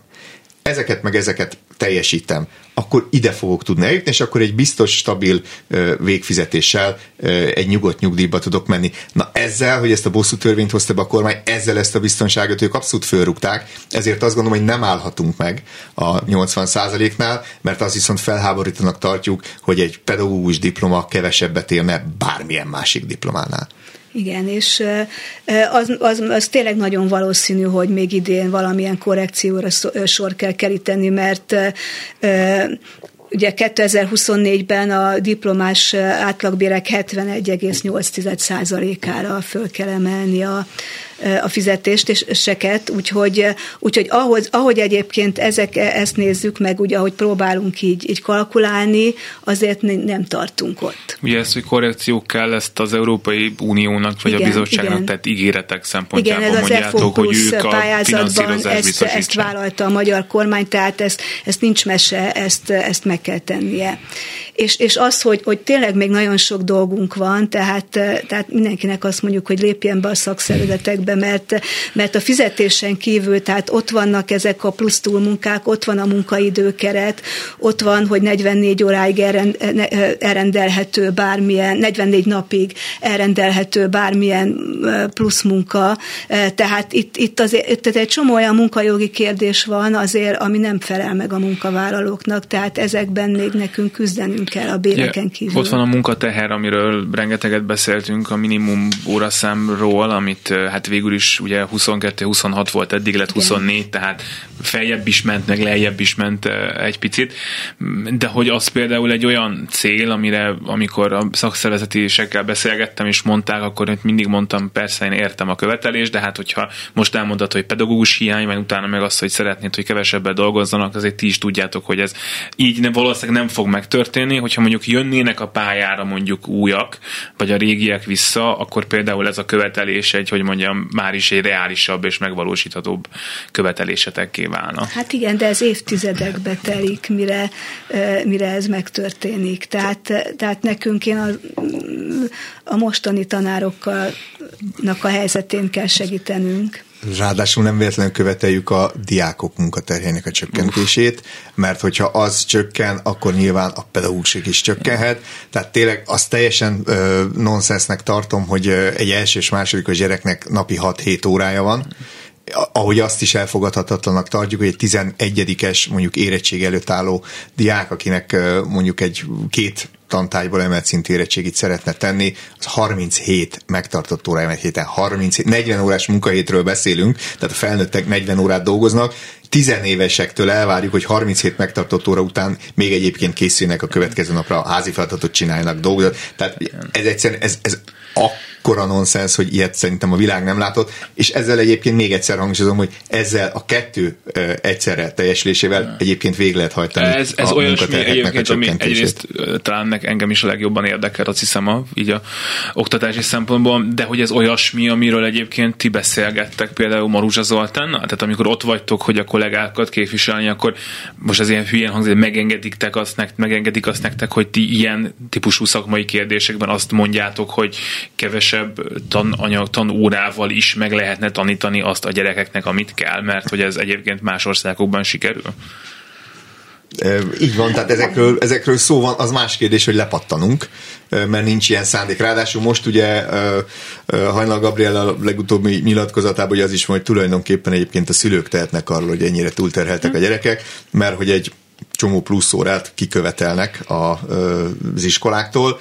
ezeket teljesítem, akkor ide fogok tudni eljutni, és akkor egy biztos, stabil végfizetéssel egy nyugodt nyugdíjba tudok menni. Na ezzel, hogy ezt a bosszú törvényt hozta be a kormány, ezzel ezt a biztonságot ők abszolút fölrúgták, ezért azt gondolom, hogy nem állhatunk meg a 80%-nál, mert azt viszont felháborítanak tartjuk, hogy egy pedagógus diploma kevesebbet érne bármilyen másik diplománál. Igen, és az tényleg nagyon valószínű, hogy még idén valamilyen korrekcióra sor kell keríteni, mert ugye 2024-ben a diplomás átlagbérek 71,8%-ára föl kell emelni a fizetést és seket, úgyhogy ahogy egyébként ezt nézzük meg, ugye ahogy próbálunk így kalkulálni, azért nem tartunk ott. Ugye ezt, hogy korrekciók kell, ezt az Európai Uniónak vagy a bizottságnak tett ígéretek szempontjából mondjátok, hogy ők a finanszírozást biztosítsák. Ezt vállalta a magyar kormány, tehát ezt nincs mese, ezt meg kell tennie. És az, hogy tényleg még nagyon sok dolgunk van, tehát mindenkinek azt mondjuk, hogy lépjen be a szakszervezetekbe, mert a fizetésen kívül, tehát ott vannak ezek a plusz túlmunkák, ott van a munkaidőkeret, ott van, hogy 44 óráig elrendelhető bármilyen, 44 napig elrendelhető bármilyen plusz munka, tehát itt azért egy csomó olyan munkajogi kérdés van azért, ami nem felel meg a munkavállalóknak, tehát ezekben még nekünk küzdenünk kell a béreken kívül. Ott van a munkateher, amiről rengeteget beszéltünk, a minimum óraszámról, amit hát végül is ugye 22-26 volt, eddig lett 24, tehát feljebb is ment, meg lejjebb is ment egy picit, de hogy az például egy olyan cél, amire amikor a szakszervezetisekkel beszélgettem és mondták, akkor mindig mondtam, persze én értem a követelést, de hát hogyha most elmondod, hogy pedagógus hiány, vagy utána meg azt, hogy szeretnéd, hogy kevesebbet dolgozzanak, azért ti is tudjátok, hogy ez így valószínűleg nem fog megtörténni, hogyha mondjuk jönnének a pályára mondjuk újak, vagy a régiek vissza, akkor például ez a követelés egy, hogy mondjam, már is egy reálisabb és megvalósíthatóbb követelésetekké válna. Hát igen, de ez évtizedekbe telik, mire ez megtörténik. Tehát nekünk én a mostani tanárokkal a helyzetén kell segítenünk. Ráadásul nem véletlenül követeljük a diákok munkaterhének a csökkentését, mert hogyha az csökken, akkor nyilván a pedagóguség is csökkenhet. Tehát tényleg azt teljesen nonsensnek tartom, hogy egy első és másodikos gyereknek napi 6-7 órája van. Ahogy azt is elfogadhatatlanak tartjuk, hogy egy 11-es mondjuk érettség előtt álló diák, akinek mondjuk egy 2 tantárgyból emelt szintű érettségit szeretne tenni, az 37 megtartott órája egy héten, 40 órás munkahétről beszélünk, tehát a felnőttek 40 órát dolgoznak, 10 évesektől elvárjuk, hogy 37 megtartott óra után még egyébként készülnek a következő napra, a házi feladatot csinálnak, dolgozat. Tehát ez egyszerűen, ez akkora nonsens, hogy ilyet szerintem a világ nem látott, és ezzel egyébként még egyszer hangsúlyozom, hogy ezzel a 2 egyszerre teljesülésével egyébként végig lehet hajtani ez a munkaterheknek a csökkentését. Egyrészt talán engem is a legjobban érdekel, azt hiszem így a oktatási szempontból, de hogy ez olyasmi, amiről egyébként ti beszélgettek például Maruzsa Zoltánnal? Tehát amikor ott vagytok, hogy a kollégákat képviselni, akkor most az ilyen hülyén hangzik, megengedik azt nektek, hogy ti ilyen típusú szakmai kérdésekben azt mondjátok, hogy kevesebb tanórával is meg lehetne tanítani azt a gyerekeknek, amit kell, mert hogy ez egyébként más országokban sikerül? Így van, tehát ezekről szó van, az más kérdés, hogy lepattanunk, mert nincs ilyen szándék. Ráadásul most ugye Hajnal Gabriella a legutóbbi nyilatkozatában, hogy az is van, hogy tulajdonképpen egyébként a szülők tehetnek arról, hogy ennyire túlterheltek a gyerekek, mert hogy egy csomó plusz órát kikövetelnek az iskoláktól.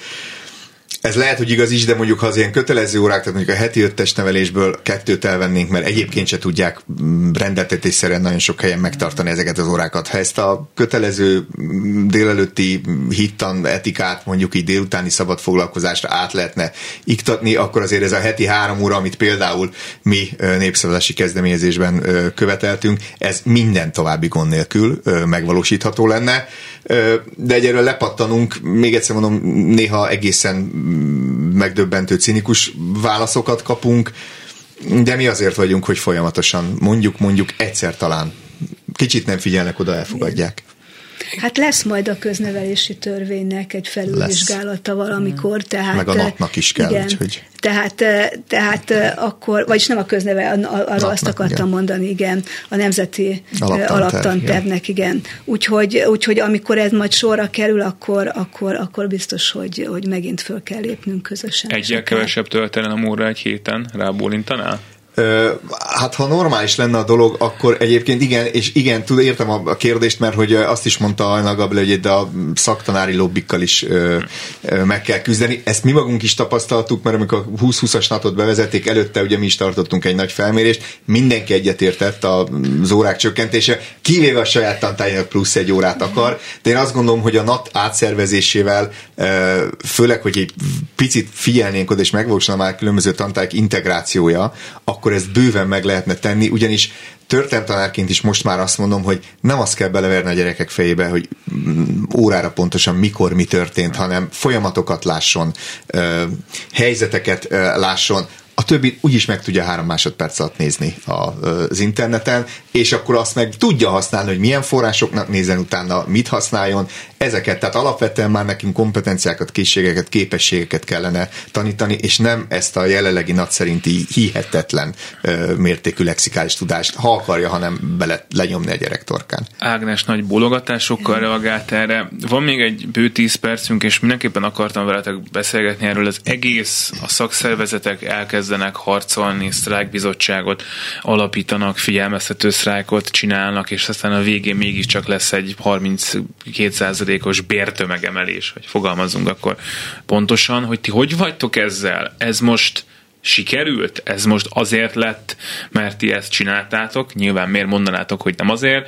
Ez lehet, hogy igaz is, de mondjuk ha az ilyen kötelező órák, tehát mondjuk a heti 5 testnevelésből 2 elvennénk, mert egyébként se tudják rendeltetésszerűen nagyon sok helyen megtartani ezeket az órákat. Ha ezt a kötelező délelőtti hittan etikát mondjuk így délutáni szabad foglalkozásra át lehetne iktatni, akkor azért ez a heti 3 óra, amit például mi népszavazási kezdeményezésben követeltünk, ez minden további gond nélkül megvalósítható lenne. De egyről lepattanunk, még egyszer mondom, néha egészen megdöbbentő, cinikus válaszokat kapunk, de mi azért vagyunk, hogy folyamatosan mondjuk egyszer talán kicsit nem figyelnek oda, elfogadják. Hát lesz majd a köznevelési törvénynek egy felülvizsgálata valamikor, tehát... Meg a NAT-nak is kell, igen, úgyhogy... Tehát akkor, vagyis nem a arról azt akartam igen. mondani, igen, a Nemzeti Alaptantervnek, igen. Úgyhogy amikor ez majd sorra kerül, akkor biztos, hogy megint föl kell lépnünk közösen. Egyel kevesebb töltelen óra egy héten rábólintanál? Hát ha normális lenne a dolog, akkor egyébként igen, és igen, értem a kérdést, mert hogy azt is mondta Hajnal Gabriella, hogy a szaktanári lobbikkal is meg kell küzdeni. Ezt mi magunk is tapasztaltuk, mert amikor a 20-20-as natot bevezették, előtte ugye mi is tartottunk egy nagy felmérést, mindenki egyetértett az órák csökkentése, kivéve a saját tantárgynak plusz 1 órát akar, de én azt gondolom, hogy a NAT átszervezésével, főleg, hogy egy picit figyelnénk oda, és megvalósulna már különböző tantárgyak integrációja, akkor ezt bőven meg lehetne tenni, ugyanis történelemtanárként is most már azt mondom, hogy nem azt kell beleverni a gyerekek fejébe, hogy órára pontosan mikor mi történt, hanem folyamatokat lásson, helyzeteket lásson. A többi úgyis meg tudja 3 másodperc alatt nézni az interneten, és akkor azt meg tudja használni, hogy milyen forrásoknak nézzen utána, mit használjon, ezeket. Tehát alapvetően már nekünk kompetenciákat, készségeket, képességeket kellene tanítani, és nem ezt a jelenlegi NAT szerinti hihetetlen mértékű lexikális tudást, ha akarja, hanem lenyomni a gyerek torkán. Ágnes nagy bólogatásokkal reagált erre. Van még egy bő 10 percünk, és mindenképpen akartam veletek beszélgetni erről. Az egész a szakszervezetek elkezdenek harcolni, sztrájkbizottságot alapítanak, figyelmeztető sztrájkot csinálnak, és aztán a végén mégiscsak lesz egy 32%-os bértömegemelés, hogy fogalmazzunk akkor pontosan, hogy ti hogy vagytok ezzel? Ez most sikerült? Ez most azért lett, mert ti ezt csináltátok? Nyilván miért mondanátok, hogy nem azért?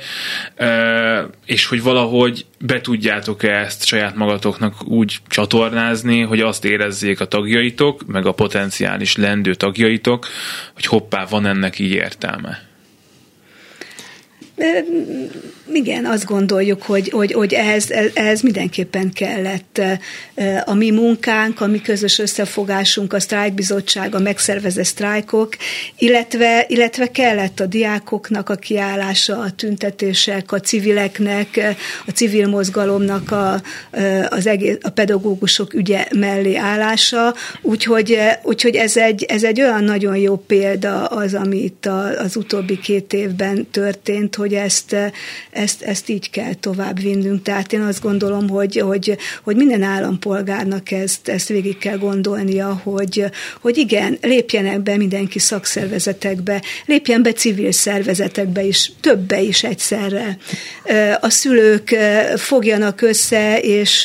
És hogy valahogy be tudjátok-e ezt saját magatoknak úgy csatornázni, hogy azt érezzék a tagjaitok, meg a potenciális lendő tagjaitok, hogy hoppá, van ennek így értelme? Igen, azt gondoljuk, hogy ehhez mindenképpen kellett a mi munkánk, a mi közös összefogásunk, a sztrájkbizottság, a megszervezett sztrájkok, illetve kellett a diákoknak a kiállása, a tüntetések, a civileknek, a civil mozgalomnak a pedagógusok ügye mellé állása, úgyhogy ez egy olyan nagyon jó példa az, ami itt az utóbbi 2 évben történt, hogy ezt így kell tovább vinnünk. Tehát én azt gondolom, hogy minden állampolgárnak ezt végig kell gondolnia, hogy igen, lépjenek be mindenki szakszervezetekbe, lépjen be civil szervezetekbe is, többbe is egyszerre. A szülők fogjanak össze,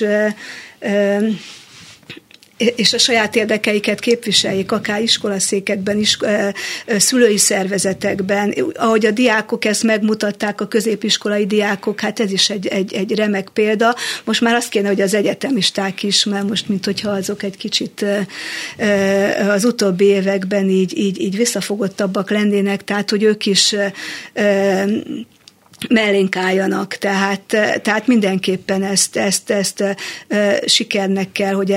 és a saját érdekeiket képviseljék, akár iskolaszékekben is, szülői szervezetekben. Ahogy a diákok ezt megmutatták, a középiskolai diákok, hát ez is egy remek példa. Most már azt kéne, hogy az egyetemisták is, mert most, minthogyha azok egy kicsit az utóbbi években így visszafogottabbak lennének, tehát, hogy ők is mellénk álljanak, tehát mindenképpen ezt sikernek kell, hogy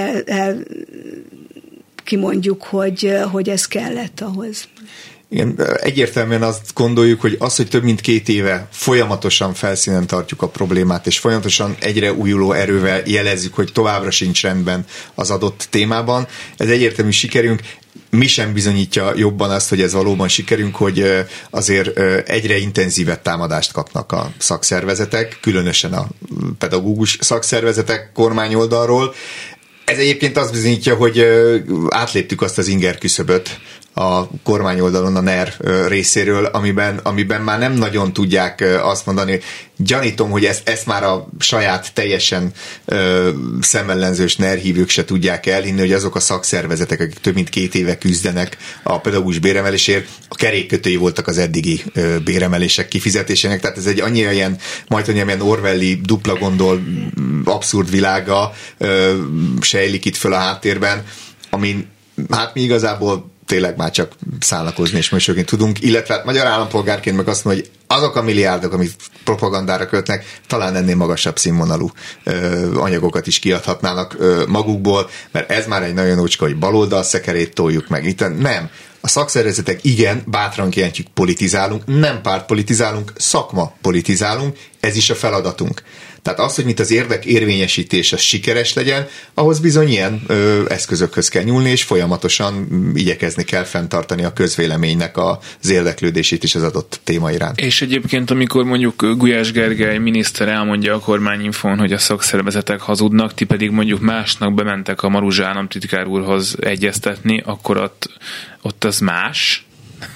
kimondjuk, hogy ez kellett ahhoz. Igen, egyértelműen azt gondoljuk, hogy az, hogy több mint 2 éve folyamatosan felszínen tartjuk a problémát, és folyamatosan egyre újuló erővel jelezzük, hogy továbbra sincs rendben az adott témában, ez egyértelmű sikerünk. Mi sem bizonyítja jobban azt, hogy ez valóban sikerünk, hogy azért egyre intenzívebb támadást kapnak a szakszervezetek, különösen a pedagógus szakszervezetek kormányoldalról. Ez egyébként azt bizonyítja, hogy átléptük azt az inger küszöböt a kormányoldalon a NER részéről, amiben már nem nagyon tudják azt mondani, gyanítom, hogy ezt már a saját teljesen szemellenzős NER hívők se tudják elhinni, hogy azok a szakszervezetek, akik több mint 2 éve küzdenek a pedagógus béremelésért, a kerékkötői voltak az eddigi béremelések kifizetésének, tehát ez egy annyira ilyen, majdnem ilyen Orwelli dupla gondol abszurd világa sejlik itt föl a háttérben, amin hát mi igazából tényleg már csak szállakozni és mosolyogni tudunk, illetve hát magyar állampolgárként meg azt mondom, hogy azok a milliárdok, amit propagandára költnek, talán ennél magasabb színvonalú anyagokat is kiadhatnának magukból, mert ez már egy nagyon ócska, hogy baloldal szekerét toljuk meg. Itt nem. A szakszervezetek igen, bátran kijelentjük, politizálunk, nem pártpolitizálunk, szakma politizálunk, ez is a feladatunk. Tehát az, hogy mit az érdek érvényesítés az sikeres legyen, ahhoz bizony ilyen eszközökhöz kell nyúlni, és folyamatosan igyekezni kell fenntartani a közvéleménynek az érdeklődését is az adott téma iránt. És egyébként, amikor mondjuk Gulyás Gergely miniszter elmondja a kormányinfón, hogy a szakszervezetek hazudnak, ti pedig mondjuk másnak bementek a Maruzsa államtitkár úrhoz egyeztetni, akkor ott az más?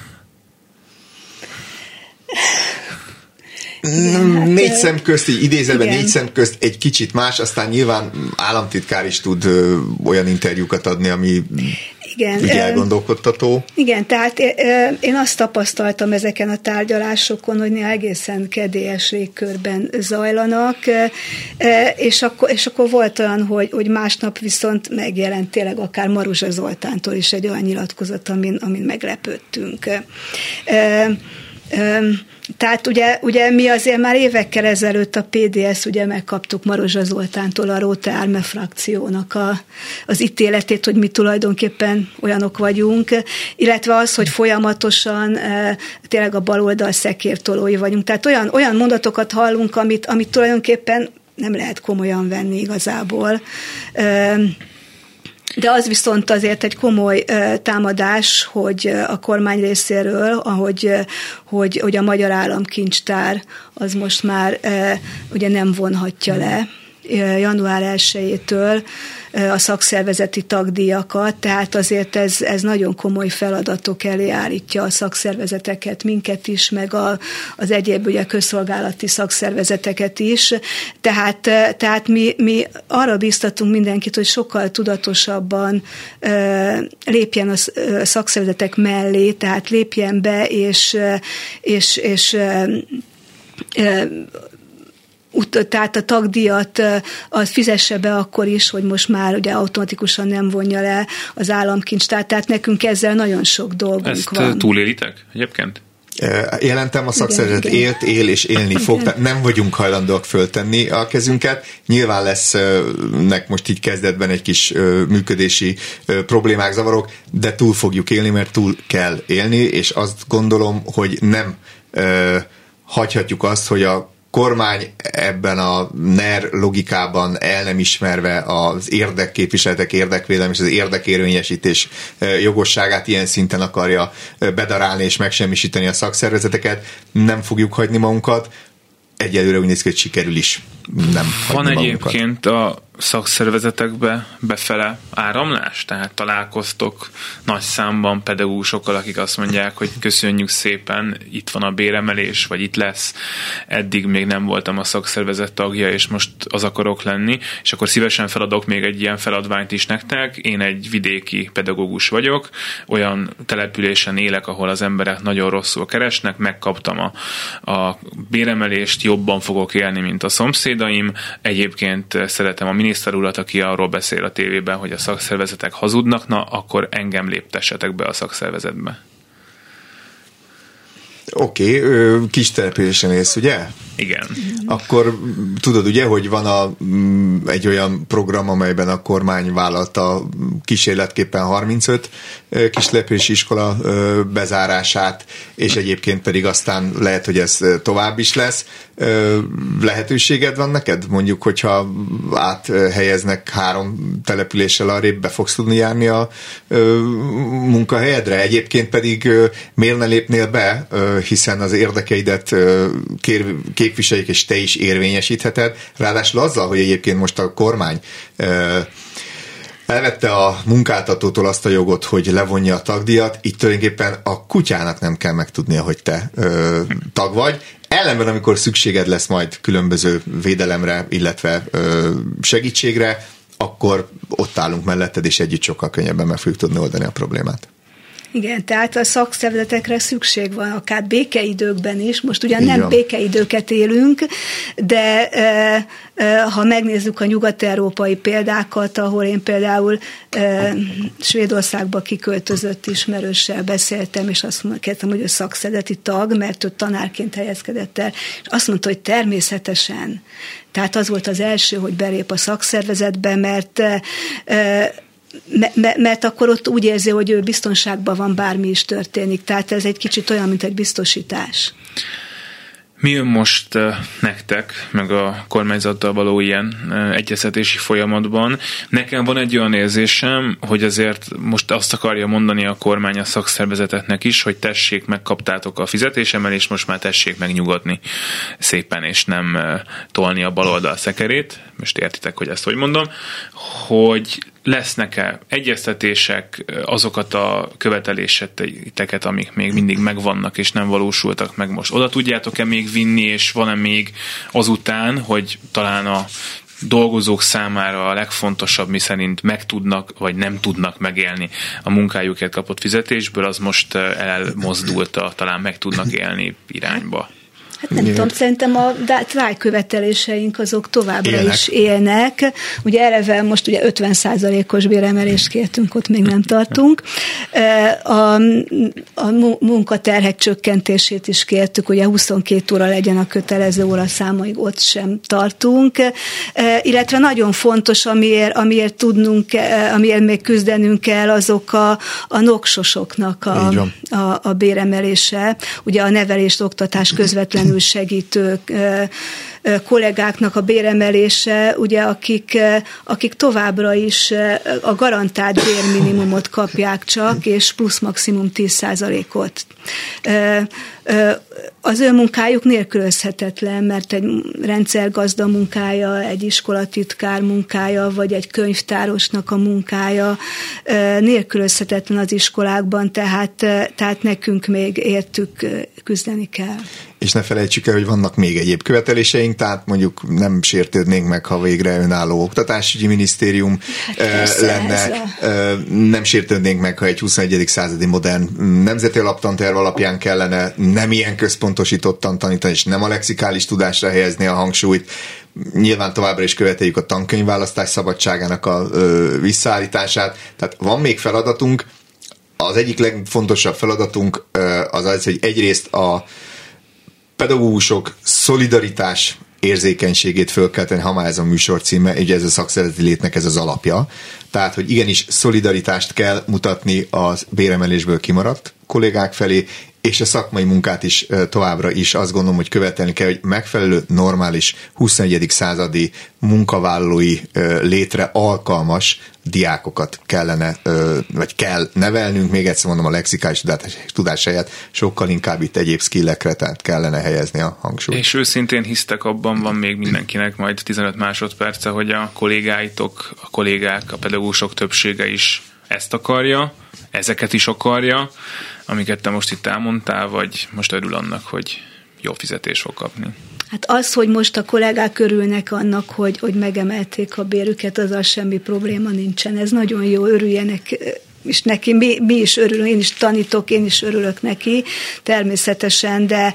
Négy szem közt, így idézőben 4 szem közt egy kicsit más, aztán nyilván államtitkár is tud olyan interjúkat adni, ami elgondolkodtató. Igen, tehát én azt tapasztaltam ezeken a tárgyalásokon, hogy néha egészen kedélyes légkörben zajlanak, és akkor volt olyan, hogy másnap viszont megjelent tényleg akár Maruzsa Zoltántól is egy olyan nyilatkozat, amin meglepődtünk. Tehát ugye mi azért már évekkel ezelőtt a PDS ugye megkaptuk Maruzsa Zoltántól a Rote Arme frakciónak az ítéletét, hogy mi tulajdonképpen olyanok vagyunk, illetve az, hogy folyamatosan tényleg a baloldal szekértolói vagyunk. Tehát olyan mondatokat hallunk, amit tulajdonképpen nem lehet komolyan venni igazából. De az viszont azért egy komoly támadás, hogy a kormány részéről, hogy a Magyar Államkincstár az most már ugye nem vonhatja le január 1-től a szakszervezeti tagdíjakat, tehát azért ez nagyon komoly feladatok elé állítja a szakszervezeteket, minket is, meg az egyéb ugye közszolgálati szakszervezeteket is. Tehát mi arra biztatunk mindenkit, hogy sokkal tudatosabban lépjen a szakszervezetek mellé, tehát lépjen be, és tehát a tagdíjat az fizesse be akkor is, hogy most már ugye automatikusan nem vonja le az államkincstár, tehát nekünk ezzel nagyon sok dolgunk van. Ezt túlélitek egyébként? Jelentem, a szakszervezet él és élni fog, tehát nem vagyunk hajlandóak föltenni a kezünket. Nyilván lesznek most így kezdetben egy kis működési problémák, zavarok, de túl fogjuk élni, mert túl kell élni, és azt gondolom, hogy nem hagyhatjuk azt, hogy a kormány ebben a NER logikában el nem ismerve az érdekképviseletek, érdekvédelem és az érdekérvényesítés jogosságát ilyen szinten akarja bedarálni és megsemmisíteni a szakszervezeteket. Nem fogjuk hagyni magunkat. Egyelőre úgy néz ki, hogy sikerül is nem hagyni magunkat. Van egyébként a szakszervezetekbe befele áramlás? Tehát találkoztok nagy számban pedagógusokkal, akik azt mondják, hogy köszönjük szépen, itt van a béremelés, vagy itt lesz. Eddig még nem voltam a szakszervezet tagja, és most az akarok lenni, és akkor szívesen feladok még egy ilyen feladványt is nektek. Én egy vidéki pedagógus vagyok, olyan településen élek, ahol az emberek nagyon rosszul keresnek, megkaptam a béremelést, jobban fogok élni, mint a szomszédaim. Egyébként szeretem a miniszter urat, aki arról beszél a tévében, hogy a szakszervezetek hazudnak, na akkor engem léptessetek be a szakszervezetbe. Oké, kis településen élsz, ugye? Igen. Akkor tudod ugye, hogy van egy olyan program, amelyben a kormány vállalta kísérletképpen 35 kistelepülési iskola bezárását, és egyébként pedig aztán lehet, hogy ez tovább is lesz. Lehetőséged van neked? Mondjuk, hogyha áthelyeznek 3 településsel arrébb, be fogsz tudni járni a munkahelyedre? Egyébként pedig miért ne lépnél be, hiszen az érdekeidet képviseljük, és te is érvényesítheted. Ráadásul azzal, hogy egyébként most a kormány elvette a munkáltatótól azt a jogot, hogy levonja a tagdíjat, itt tulajdonképpen a kutyának nem kell megtudnia, hogy te tag vagy. Ellenben, amikor szükséged lesz majd különböző védelemre, illetve segítségre, akkor ott állunk melletted, és együtt sokkal könnyebben meg fogjuk tudni oldani a problémát. Igen, tehát a szakszervezetekre szükség van, akár békeidőkben is. Most ugyan nem békeidőket élünk, de ha megnézzük a nyugat-európai példákat, ahol én például Svédországba kiköltözött ismerőssel beszéltem, és azt kértem, hogy ő szakszervezeti tag, mert ő tanárként helyezkedett el, és azt mondta, hogy természetesen. Tehát az volt az első, hogy belép a szakszervezetbe, mert akkor ott úgy érzi, hogy ő biztonságban van, bármi is történik. Tehát ez egy kicsit olyan, mint egy biztosítás. Mi jön most nektek, meg a kormányzattal való ilyen egyeztetési folyamatban? Nekem van egy olyan érzésem, hogy azért most azt akarja mondani a kormány a szakszervezeteknek is, hogy tessék, megkaptátok a fizetésemelést, most már tessék megnyugodni szépen, és nem tolni a baloldal szekerét. Most értitek, hogy ezt hogy mondom, hogy lesznek-e egyeztetések, azokat a követeléseteket, amik még mindig megvannak és nem valósultak meg most? Oda tudjátok-e még vinni, és van-e még azután, hogy talán a dolgozók számára a legfontosabb, miszerint meg tudnak, vagy nem tudnak megélni a munkájukért kapott fizetésből, az most elmozdult talán meg tudnak élni irányba? Hát nem tudom, szerintem a trájköveteléseink azok továbbra is élnek. Ugye eleve most ugye 50%-os béremelést kértünk, ott még nem tartunk. A munkaterhek csökkentését is kértük, ugye 22 óra legyen a kötelező óraszámaig, ott sem tartunk. Illetve nagyon fontos, amiért tudnunk, amiért még küzdenünk kell, azok a noksosoknak a béremelése. Ugye a nevelést, oktatás közvetlenül segítő kollégáknak a béremelése, ugye, akik továbbra is a garantált bérminimumot kapják csak, és plusz maximum 10%-ot. Az ő munkájuk nélkülözhetetlen, mert egy rendszergazda munkája, egy iskolatitkár munkája, vagy egy könyvtárosnak a munkája nélkülözhetetlen az iskolákban, tehát nekünk még értük küzdeni kell. És ne felejtsük el, hogy vannak még egyéb követeléseink, tehát mondjuk nem sértődnénk meg, ha végre önálló oktatásügyi minisztérium lenne, nem sértődnénk meg, ha egy 21. századi modern nemzeti alaptanterv alapján kellene nem ilyen központosítottan tanítani, és nem a lexikális tudásra helyezni a hangsúlyt. Nyilván továbbra is követeljük a tankönyvválasztás szabadságának a visszaállítását, tehát van még feladatunk. az egyik legfontosabb feladatunk az, hogy egyrészt a pedagógusok szolidaritás érzékenységét föl kell tenni, ha már ez a műsor címe, ugye ez a szakszervezeti létnek ez az alapja. Tehát, hogy igenis szolidaritást kell mutatni az béremelésből kimaradt kollégák felé, és a szakmai munkát is továbbra is azt gondolom, hogy követelni kell, hogy megfelelő, normális 21. századi munkavállalói létre alkalmas diákokat kellene, vagy kell nevelnünk, még egyszer mondom, a lexikális tudás helyett sokkal inkább itt egyéb skillekre, tehát kellene helyezni a hangsúlyt. És őszintén hisztek abban, van még mindenkinek majd 15 másodperce, hogy a kollégáitok, a kollégák, a pedagógusok többsége is ezt akarja, ezeket is akarja, amiket te most itt elmondtál, vagy most örül annak, hogy jó fizetést fog kapni? Hát az, hogy most a kollégák örülnek annak, hogy megemelték a bérüket, azzal semmi probléma nincsen. Ez nagyon jó, örüljenek és neki. Mi is örülünk, én is tanítok, én is örülök neki, természetesen, de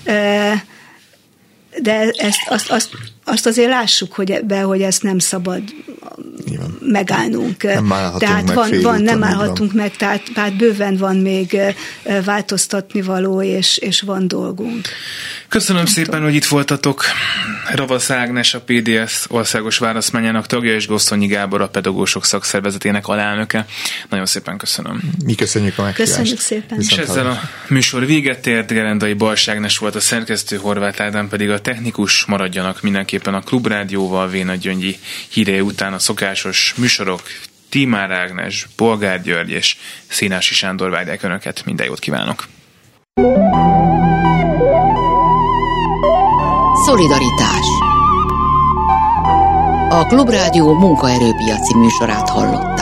azt azért lássuk, hogy ezt nem szabad megállnunk. Nem állhatunk meg, tehát bőven van még változtatni való, és van dolgunk. Köszönöm szépen, hogy itt voltatok. Ravasz Ágnes, a PDS országos választmányának tagja, és Gosztonyi Gábor, a pedagógusok szakszervezetének alelnöke. Nagyon szépen köszönöm. Mi köszönjük a meghívást. Köszönjük szépen. És ezzel a műsor véget ért. Gerendai Balázs Ágnes volt a szerkesztő, Horváth Ádám pedig a technikus. Maradjanak mindenképpen a Klubrádióval, Véna Gyöngyi hírei után a szokásos műsorok. Tímár Ágnes, Bolgár György és Színási Sándor várják Önöket. Minden jót kívánok! Szolidaritás. A Klubrádió munkaerőpiaci műsorát hallott.